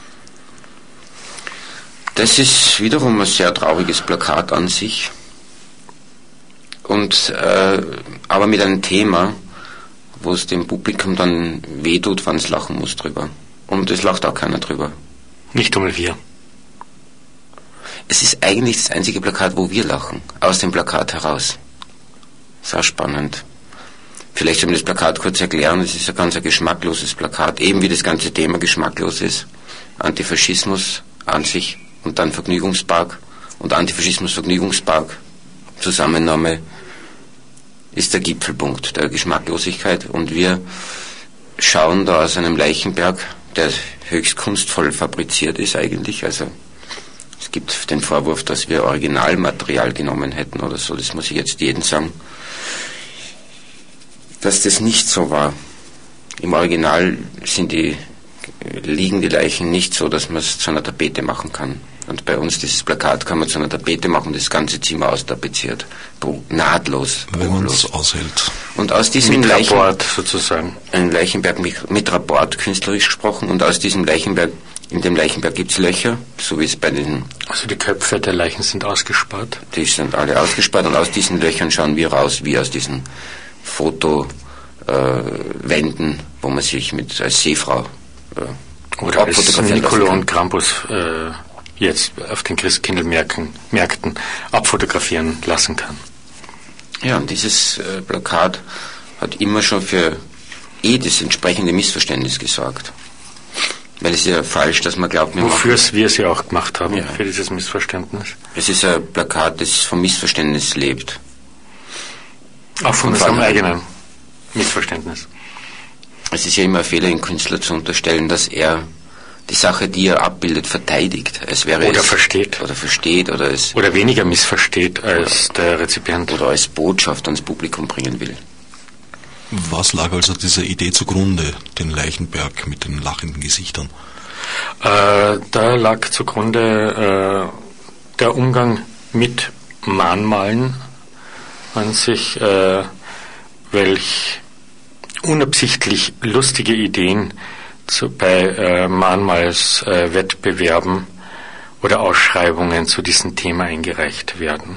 Das ist wiederum ein sehr trauriges Plakat an sich. Und, äh, aber mit einem Thema, wo es dem Publikum dann wehtut, wenn es lachen muss drüber. Und es lacht auch keiner drüber. Nicht einmal wir. Es ist eigentlich das einzige Plakat, wo wir lachen, aus dem Plakat heraus. Sehr spannend. Vielleicht soll ich das Plakat kurz erklären. Es ist ein ganz ein geschmackloses Plakat, eben wie das ganze Thema geschmacklos ist. Antifaschismus an sich und dann Vergnügungspark und Antifaschismus-Vergnügungspark. Zusammennahme ist der Gipfelpunkt der Geschmacklosigkeit. Und wir schauen da aus einem Leichenberg, der höchst kunstvoll fabriziert ist eigentlich, also es gibt den Vorwurf, dass wir Originalmaterial genommen hätten oder so, das muss ich jetzt jedem sagen, dass das nicht so war. Im Original sind die, liegen die Leichen nicht so, dass man es zu einer Tapete machen kann. Und bei uns, dieses Plakat kann man zu einer Tapete machen, das ganze Zimmer austapeziert. Nahtlos. Wenn man es aushält. Und aus diesem mit Leichen, Rapport sozusagen. Ein Leichenberg mit, mit Rapport, künstlerisch gesprochen, und aus diesem Leichenberg, in dem Leichenberg gibt es Löcher, so wie es bei den... Also die Köpfe der Leichen sind ausgespart? Die sind alle ausgespart, und aus diesen Löchern schauen wir raus, wie aus diesen Fotowänden, äh, wo man sich mit als Seefrau äh, oder als Nicolo und Krampus äh, jetzt auf den Christkindlmärkten Märkten abfotografieren lassen kann. Ja, und dieses äh, Plakat hat immer schon für eh das entsprechende Missverständnis gesorgt. Weil es ist ja falsch, dass man glaubt, wir wofür wir es ja auch gemacht haben, ja. für dieses Missverständnis. Es ist ein Plakat, das vom Missverständnis lebt. Auch von unserem eigenen Missverständnis. Es ist ja immer ein Fehler, einem Künstler zu unterstellen, dass er die Sache, die er abbildet, verteidigt. Es wäre oder es, versteht. Oder versteht. Oder es oder weniger missversteht als oder, der Rezipient. Oder als Botschaft ans Publikum bringen will. Was lag also dieser Idee zugrunde, den Leichenberg mit den lachenden Gesichtern? Äh, da lag zugrunde äh, der Umgang mit Mahnmalen an sich, äh, welch unabsichtlich lustige Ideen zu, bei äh, Mahnmalswettbewerben äh, oder Ausschreibungen zu diesem Thema eingereicht werden.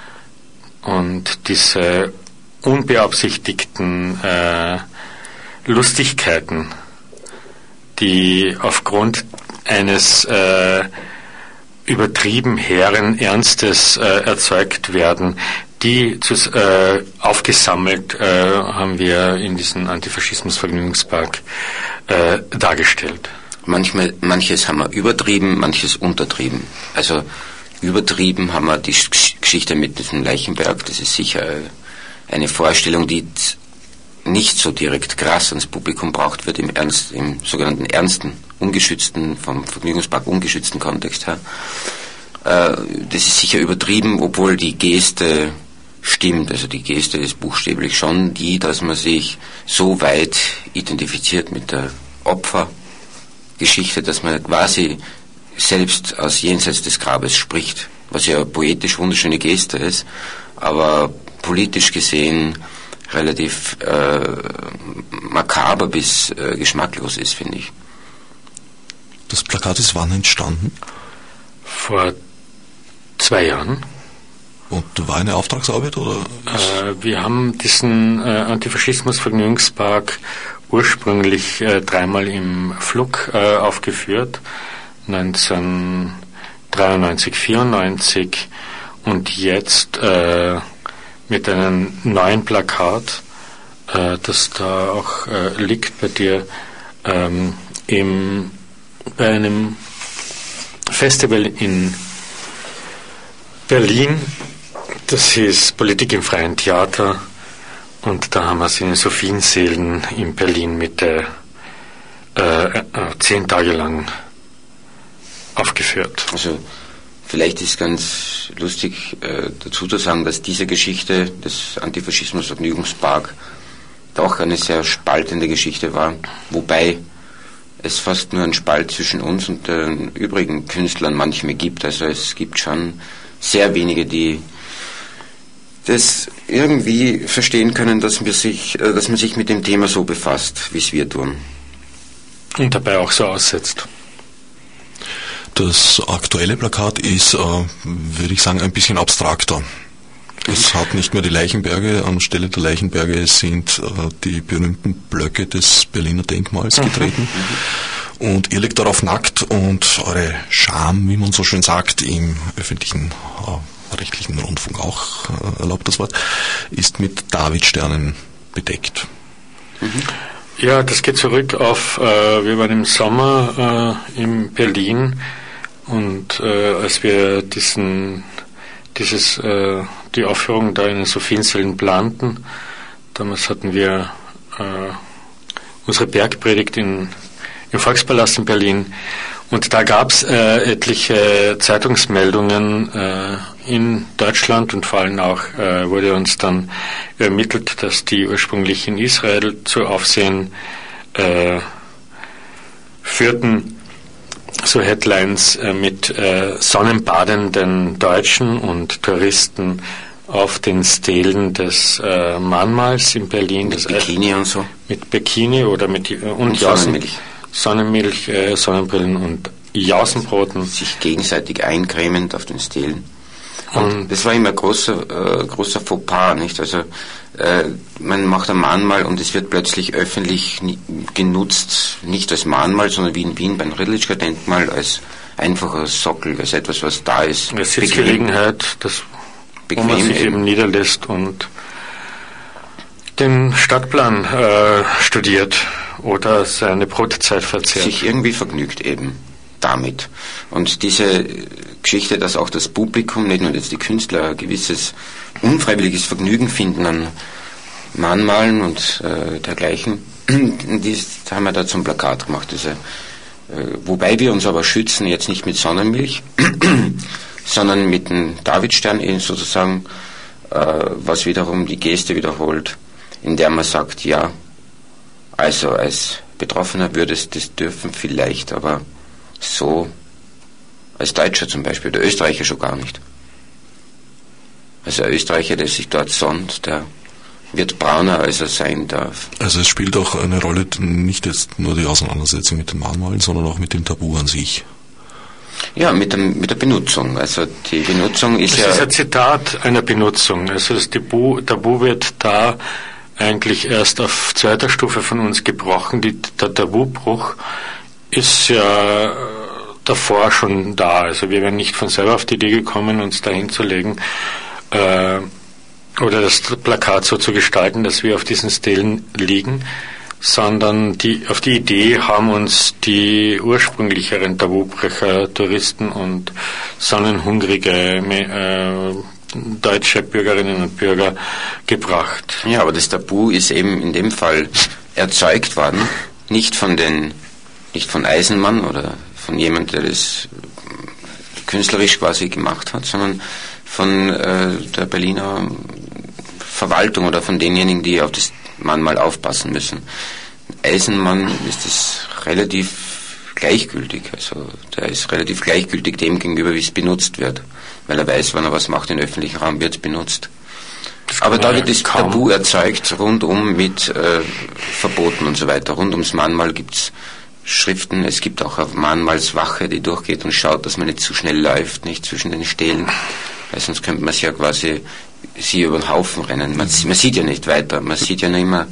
Und diese unbeabsichtigten äh, Lustigkeiten, die aufgrund eines äh, übertrieben hehren Ernstes äh, erzeugt werden, die zu, äh, aufgesammelt äh, haben wir in diesem Antifaschismus-Vergnügungspark äh, dargestellt. Manchmal, manches haben wir übertrieben, manches untertrieben. Also übertrieben haben wir die Geschichte mit diesem Leichenberg, das ist sicher eine Vorstellung, die nicht so direkt krass ans Publikum braucht wird, im, Ernst, im sogenannten ernsten, ungeschützten, vom Vergnügungspark ungeschützten Kontext her. Äh, das ist sicher übertrieben, obwohl die Geste stimmt. Also die Geste ist buchstäblich schon die, dass man sich so weit identifiziert mit der Opfergeschichte, dass man quasi selbst aus jenseits des Grabes spricht, was ja poetisch wunderschöne Geste ist, aber politisch gesehen relativ äh, makaber bis äh, geschmacklos ist, finde ich. Das Plakat ist wann entstanden? Vor zwei Jahren. Und war eine Auftragsarbeit, oder? Äh, wir haben diesen äh, Antifaschismus-Vergnügungspark ursprünglich äh, dreimal im Flug äh, aufgeführt, neunzehnhundertdreiundneunzig, vierundneunzig und jetzt äh, mit einem neuen Plakat, äh, das da auch äh, liegt bei dir, ähm, im, bei einem Festival in Berlin, das hieß Politik im freien Theater, und da haben wir es in den Sophiensälen in Berlin Mitte äh, äh, zehn Tage lang aufgeführt. Also vielleicht ist ganz lustig äh, dazu zu sagen, dass diese Geschichte des Antifaschismus-Vergnügungspark doch eine sehr spaltende Geschichte war, wobei es fast nur einen Spalt zwischen uns und den übrigen Künstlern manchmal gibt. Also es gibt schon sehr wenige, die das irgendwie verstehen können, dass, wir sich, äh, dass man sich mit dem Thema so befasst, wie es wir tun. Und dabei auch so aussetzt. Das aktuelle Plakat ist, äh, würde ich sagen, ein bisschen abstrakter. Es hat nicht mehr die Leichenberge, anstelle der Leichenberge sind äh, die berühmten Blöcke des Berliner Denkmals getreten. Mhm. Und ihr liegt darauf nackt und eure Scham, wie man so schön sagt, im öffentlichen äh, rechtlichen Rundfunk auch äh, erlaubt das Wort, ist mit Davidsternen bedeckt. Mhm. Ja, das geht zurück auf, äh, wir waren im Sommer äh, in Berlin und äh, als wir diesen, dieses, äh, die Aufführung da in den Sophiensälen planten, damals hatten wir äh, unsere Bergpredigt in, im Volkspalast in Berlin. Und da gab es äh, etliche Zeitungsmeldungen äh, in Deutschland und vor allem auch äh, wurde uns dann ermittelt, dass die ursprünglich in Israel zu Aufsehen äh, führten, so Headlines äh, mit äh, sonnenbadenden Deutschen und Touristen auf den Stelen des äh, Mahnmals in Berlin. Mit das Bikini und so? Mit Bikini oder mit äh, und, und Sonnenmilch. Sonnenmilch, äh, Sonnenbrillen und Jausenbroten. Sich gegenseitig eincremend auf den Stelen. Und, und das war immer ein großer, äh, großer Fauxpas, nicht? Also äh, man macht ein Mahnmal und es wird plötzlich öffentlich nie, genutzt, nicht als Mahnmal, sondern wie in Wien beim Rilitschka-Denkmal als einfacher Sockel, als etwas, was da ist. Eine Sitzgelegenheit, das, wo man sich eben niederlässt und den Stadtplan äh, studiert oder seine Brotzeit verzehrt. Sich irgendwie vergnügt eben damit. Und diese Geschichte, dass auch das Publikum, nicht nur jetzt die Künstler, ein gewisses unfreiwilliges Vergnügen finden an Mahnmalen und äh, dergleichen, das haben wir da zum Plakat gemacht. Also, äh, wobei wir uns aber schützen, jetzt nicht mit Sonnenmilch, sondern mit dem Davidstern eben sozusagen, äh, was wiederum die Geste wiederholt, in der man sagt, ja, also als Betroffener würde es das dürfen vielleicht, aber so als Deutscher zum Beispiel, der Österreicher schon gar nicht. Also ein Österreicher, der sich dort sonnt, der wird brauner, als er sein darf. Also es spielt auch eine Rolle, nicht jetzt nur die Auseinandersetzung mit den Mahnmalen, sondern auch mit dem Tabu an sich. Ja, mit, dem, mit der Benutzung. Also die Benutzung ist das ja... Das ist ein Zitat einer Benutzung. Also das Tabu, Tabu wird da eigentlich erst auf zweiter Stufe von uns gebrochen. Die, der Tabubruch ist ja davor schon da. Also wir wären nicht von selber auf die Idee gekommen, uns da hinzulegen äh, oder das Plakat so zu gestalten, dass wir auf diesen Stelen liegen, sondern die, auf die Idee haben uns die ursprünglicheren Tabubrecher, Touristen und sonnenhungrige äh, deutsche Bürgerinnen und Bürger gebracht. Ja, aber das Tabu ist eben in dem Fall erzeugt worden, nicht von den, nicht von Eisenmann oder von jemand, der das künstlerisch quasi gemacht hat, sondern von äh, der Berliner Verwaltung oder von denjenigen, die auf das Mahnmal aufpassen müssen. Eisenmann ist das relativ gleichgültig, also der ist relativ gleichgültig dem gegenüber, wie es benutzt wird, weil er weiß, wann er was macht, im öffentlichen Raum wird es benutzt. Aber da wird das kaum. Tabu erzeugt, rundum mit äh, Verboten und so weiter. Rund ums Mahnmal gibt es Schriften, es gibt auch eine Mahnmalswache, die durchgeht und schaut, dass man nicht zu schnell läuft, nicht zwischen den Stelen, weil sonst könnte man sich ja quasi sie über den Haufen rennen. Man, man sieht ja nicht weiter, man sieht ja nur immer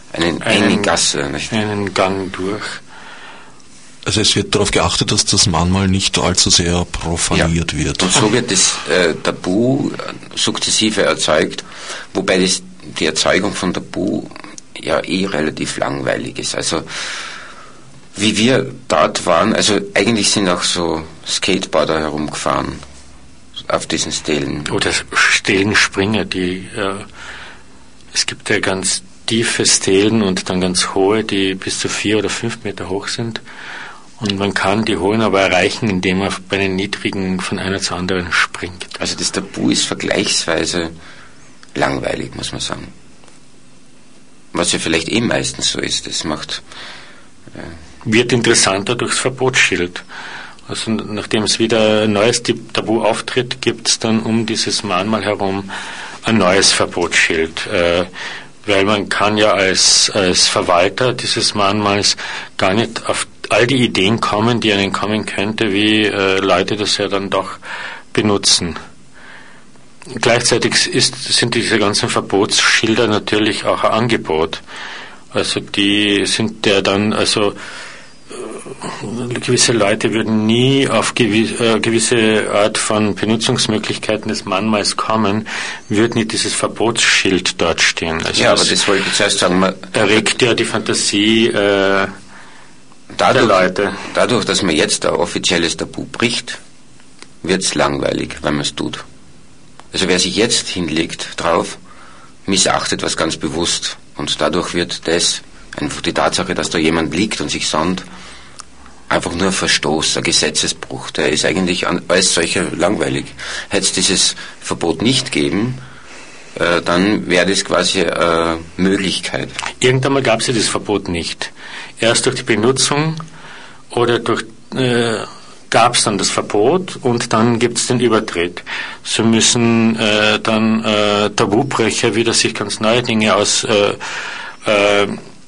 eine enge Gasse, nicht? Einen Gang durch. Also es wird darauf geachtet, dass das Mahnmal nicht allzu sehr profaniert ja. wird. Und so wird das äh, Tabu sukzessive erzeugt, wobei das, die Erzeugung von Tabu ja eh relativ langweilig ist. Also wie wir dort waren, also eigentlich sind auch so Skateboarder herumgefahren auf diesen Stelen. Oder Stelenspringer, die äh, es gibt ja ganz tiefe Stelen und dann ganz hohe, die bis zu vier oder fünf Meter hoch sind. Und man kann die hohen aber erreichen, indem man bei den niedrigen von einer zur anderen springt. Also das Tabu ist vergleichsweise langweilig, muss man sagen. Was ja vielleicht eh meistens so ist. Das macht... Äh wird interessanter durchs Verbotsschild. Also nachdem es wieder ein neues Tabu auftritt, gibt es dann um dieses Mahnmal herum ein neues Verbotsschild. Äh, weil man kann ja als, als Verwalter dieses Mahnmals gar nicht auf all die Ideen kommen, die einem kommen könnte, wie äh, Leute das ja dann doch benutzen. Gleichzeitig ist, sind diese ganzen Verbotsschilder natürlich auch ein Angebot. Also die sind ja dann, also äh, gewisse Leute würden nie auf gewi- äh, gewisse Art von Benutzungsmöglichkeiten des Mahnmals kommen, würde nicht dieses Verbotsschild dort stehen. Also ja, aber das wollte ich zuerst sagen. Man erregt ja die Fantasie äh, dadurch, der Leute. Dadurch, dass man jetzt ein offizielles Tabu bricht, wird es langweilig, wenn man es tut. Also wer sich jetzt hinlegt drauf, missachtet was ganz bewusst. Und dadurch wird das, einfach die Tatsache, dass da jemand liegt und sich sonnt, einfach nur ein Verstoß, ein Gesetzesbruch. Der ist eigentlich als solcher langweilig. Hätte es dieses Verbot nicht geben, äh, dann wäre das quasi eine Möglichkeit. Irgendwann mal gab es ja das Verbot nicht. Erst durch die Benutzung oder durch... Äh, gab es dann das Verbot und dann gibt es den Übertritt. So müssen äh, dann äh, Tabubrecher wieder sich ganz neue Dinge aus äh, äh,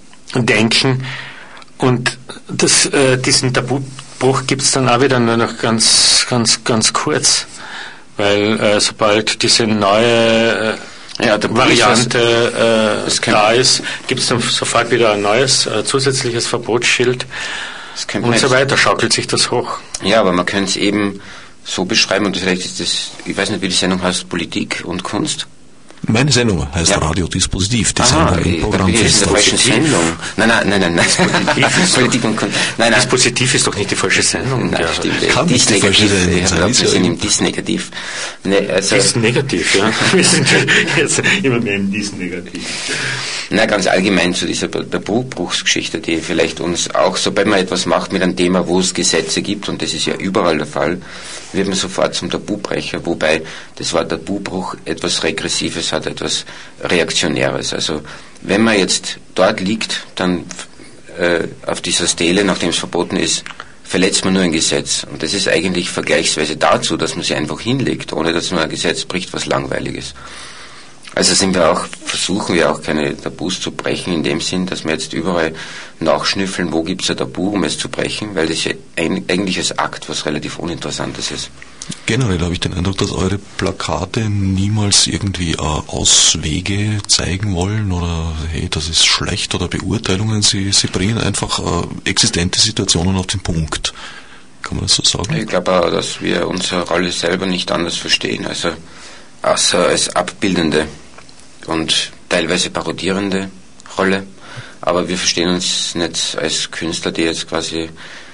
denken und das, äh, diesen Tabubruch gibt es dann auch wieder nur noch ganz, ganz, ganz kurz, weil äh, sobald diese neue äh, ja, Variante äh, da ist, gibt es dann sofort wieder ein neues äh, zusätzliches Verbotsschild. Und so weiter schaukelt sich das hoch. Ja, aber man könnte es eben so beschreiben, und vielleicht ist das, ich weiß nicht, wie die Sendung heißt, Politik und Kunst. Meine Sendung heißt ja. Radiodispositiv. Die Aha, Sendung im Programm das ist eine falsche Sendung. Nein, nein, nein, nein. nein. Politik und Kunst. Nein, nein. Dispositiv ist doch nicht die falsche Sendung. Nein, ja. stimmt. Kann nicht die falsche Sendung ich sein. Wir sind im Dis-Negativ. Nee, also Dis-Negativ, ja. Wir sind jetzt immer mehr im Dis-Negativ. Na, ganz allgemein zu dieser Tabubruchsgeschichte, die vielleicht uns auch, sobald man etwas macht mit einem Thema, wo es Gesetze gibt, und das ist ja überall der Fall, wird man sofort zum Tabubrecher, wobei das Wort Tabubruch etwas Regressives hat, etwas Reaktionäres. Also wenn man jetzt dort liegt, dann äh, auf dieser Stele, nachdem es verboten ist, verletzt man nur ein Gesetz. Und das ist eigentlich vergleichsweise dazu, dass man sich einfach hinlegt, ohne dass man ein Gesetz bricht, was langweilig ist. Also sind wir auch, versuchen wir auch keine Tabus zu brechen, in dem Sinn, dass wir jetzt überall nachschnüffeln, wo gibt es ein Tabu, um es zu brechen, weil das ja ein, eigentlich als Akt was relativ Uninteressantes ist. Generell habe ich den Eindruck, dass eure Plakate niemals irgendwie äh, Auswege zeigen wollen oder hey, das ist schlecht oder Beurteilungen. Sie, sie bringen einfach äh, existente Situationen auf den Punkt. Kann man das so sagen? Ich glaube auch, dass wir unsere Rolle selber nicht anders verstehen, also außer als abbildende und teilweise parodierende Rolle, aber wir verstehen uns nicht als Künstler, die jetzt quasi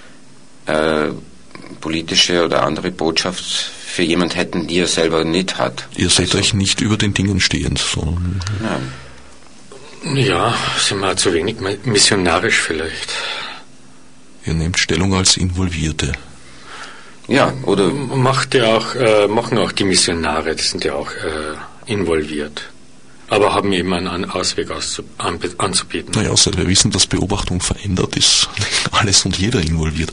äh, politische oder andere Botschaft für jemand hätten, die er selber nicht hat. Ihr seid also euch nicht über den Dingen stehend, sondern... Nein. Ja, sind wir zu wenig missionarisch vielleicht. Ihr nehmt Stellung als Involvierte. Ja, oder... Macht ja auch, äh, machen auch die Missionare, die sind ja auch äh, involviert. Aber haben eben einen Ausweg auszu- an, anzubieten. Naja, seit wir wissen, dass Beobachtung verändert, ist alles und jeder involviert.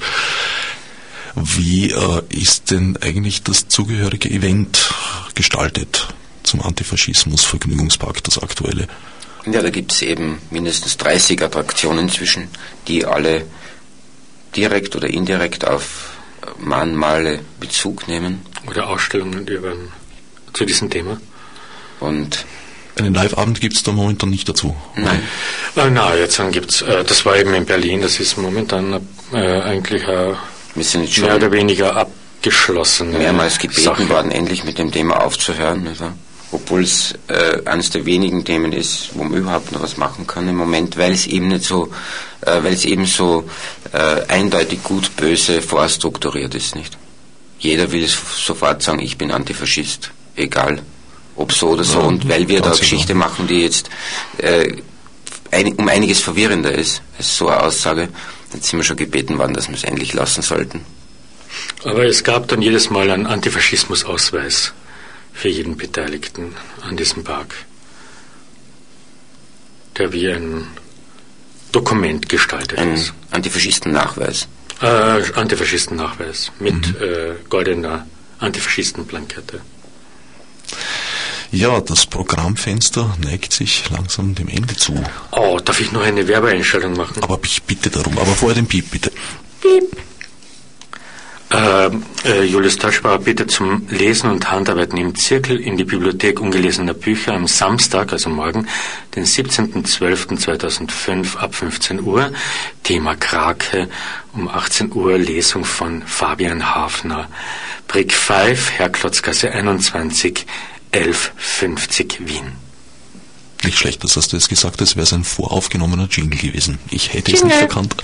Wie äh, ist denn eigentlich das zugehörige Event gestaltet zum Antifaschismus-Vergnügungspark, das aktuelle? Ja, da gibt es eben mindestens dreißig Attraktionen inzwischen, die alle direkt oder indirekt auf Mahnmale Bezug nehmen. Oder Ausstellungen über, zu diesem Thema. Und Einen Live-Abend gibt es da momentan nicht dazu? Nein. Äh, na, jetzt gibt's, äh, das war eben in Berlin, das ist momentan äh, eigentlich äh, Wir sind jetzt schon mehr oder weniger abgeschlossen. mehrmals gebeten Sache. worden, endlich mit dem Thema aufzuhören. Also, obwohl es äh, eines der wenigen Themen ist, wo man überhaupt noch was machen kann im Moment, weil es eben nicht so, äh, weil es eben so äh, eindeutig gut-böse vorstrukturiert ist, nicht? Jeder will sofort sagen, ich bin Antifaschist, egal ob so oder so. Ja, und weil wir da eine Geschichte genau. machen, die jetzt äh, ein, um einiges verwirrender ist, als so eine Aussage, dann sind wir schon gebeten worden, dass wir es endlich lassen sollten. Aber es gab dann jedes Mal einen Antifaschismus-Ausweis für jeden Beteiligten an diesem Park, der wie ein Dokument gestaltet ein ist. Antifaschisten-Nachweis. Äh, Antifaschisten-Nachweis mit mhm. äh, goldener Antifaschisten-Plakette. Ja, das Programmfenster neigt sich langsam dem Ende zu. Oh, darf ich noch eine Werbeeinstellung machen? Aber ich bitte darum, aber vorher den Piep, bitte. Piep. Äh, äh, Julius Taschbauer bittet zum Lesen und Handarbeiten im Zirkel in die Bibliothek ungelesener Bücher am Samstag, also morgen, den siebzehnten zwölften zweitausendfünf ab fünfzehn Uhr. Thema Krake, um achtzehn Uhr Lesung von Fabian Hafner. Brick fünf, Herrklotzgasse einundzwanzig, elf fünfzig Wien. Nicht schlecht, das hast du jetzt gesagt, das wäre ein voraufgenommener Jingle gewesen. Ich hätte Jingle. es nicht erkannt.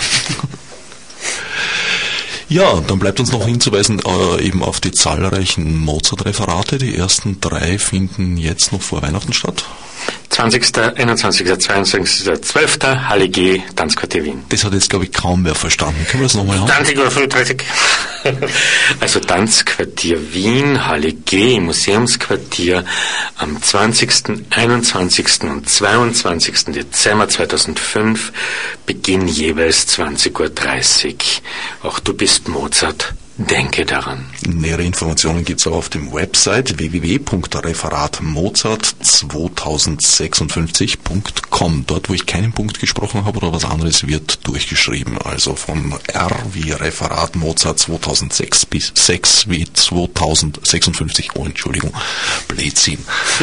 Ja, dann bleibt uns noch hinzuweisen äh, eben auf die zahlreichen Mozart-Referate. Die ersten drei finden jetzt noch vor Weihnachten statt. zwanzigsten, einundzwanzigsten, zweiundzwanzigsten zwölften Halle G, Tanzquartier Wien. Das hat jetzt, glaube ich, kaum wer verstanden. Können wir das nochmal haben? zwanzig Uhr fünfunddreißig. Also Tanzquartier Wien, Halle G, Museumsquartier am zwanzigsten, einundzwanzigsten und zweiundzwanzigsten Dezember zweitausendfünf, Beginn jeweils zwanzig Uhr dreißig. Auch du bist Mozart. Denke daran. Nähere Informationen gibt es auch auf dem Website w w w punkt referat mozart zweitausendsechsundfünfzig punkt com. Dort, wo ich keinen Punkt gesprochen habe oder was anderes, wird durchgeschrieben. Also von R wie Referat Mozart zweitausendsechs bis sechs wie zweitausendsechsundfünfzig. Oh, Entschuldigung, Blödsinn.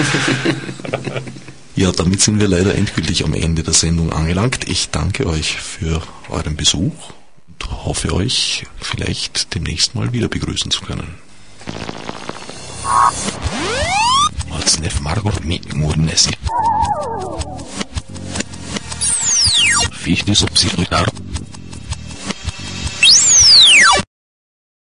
Ja, damit sind wir leider endgültig am Ende der Sendung angelangt. Ich danke euch für euren Besuch. Hoffe euch vielleicht demnächst mal wieder begrüßen zu können. Fichte subsidiar.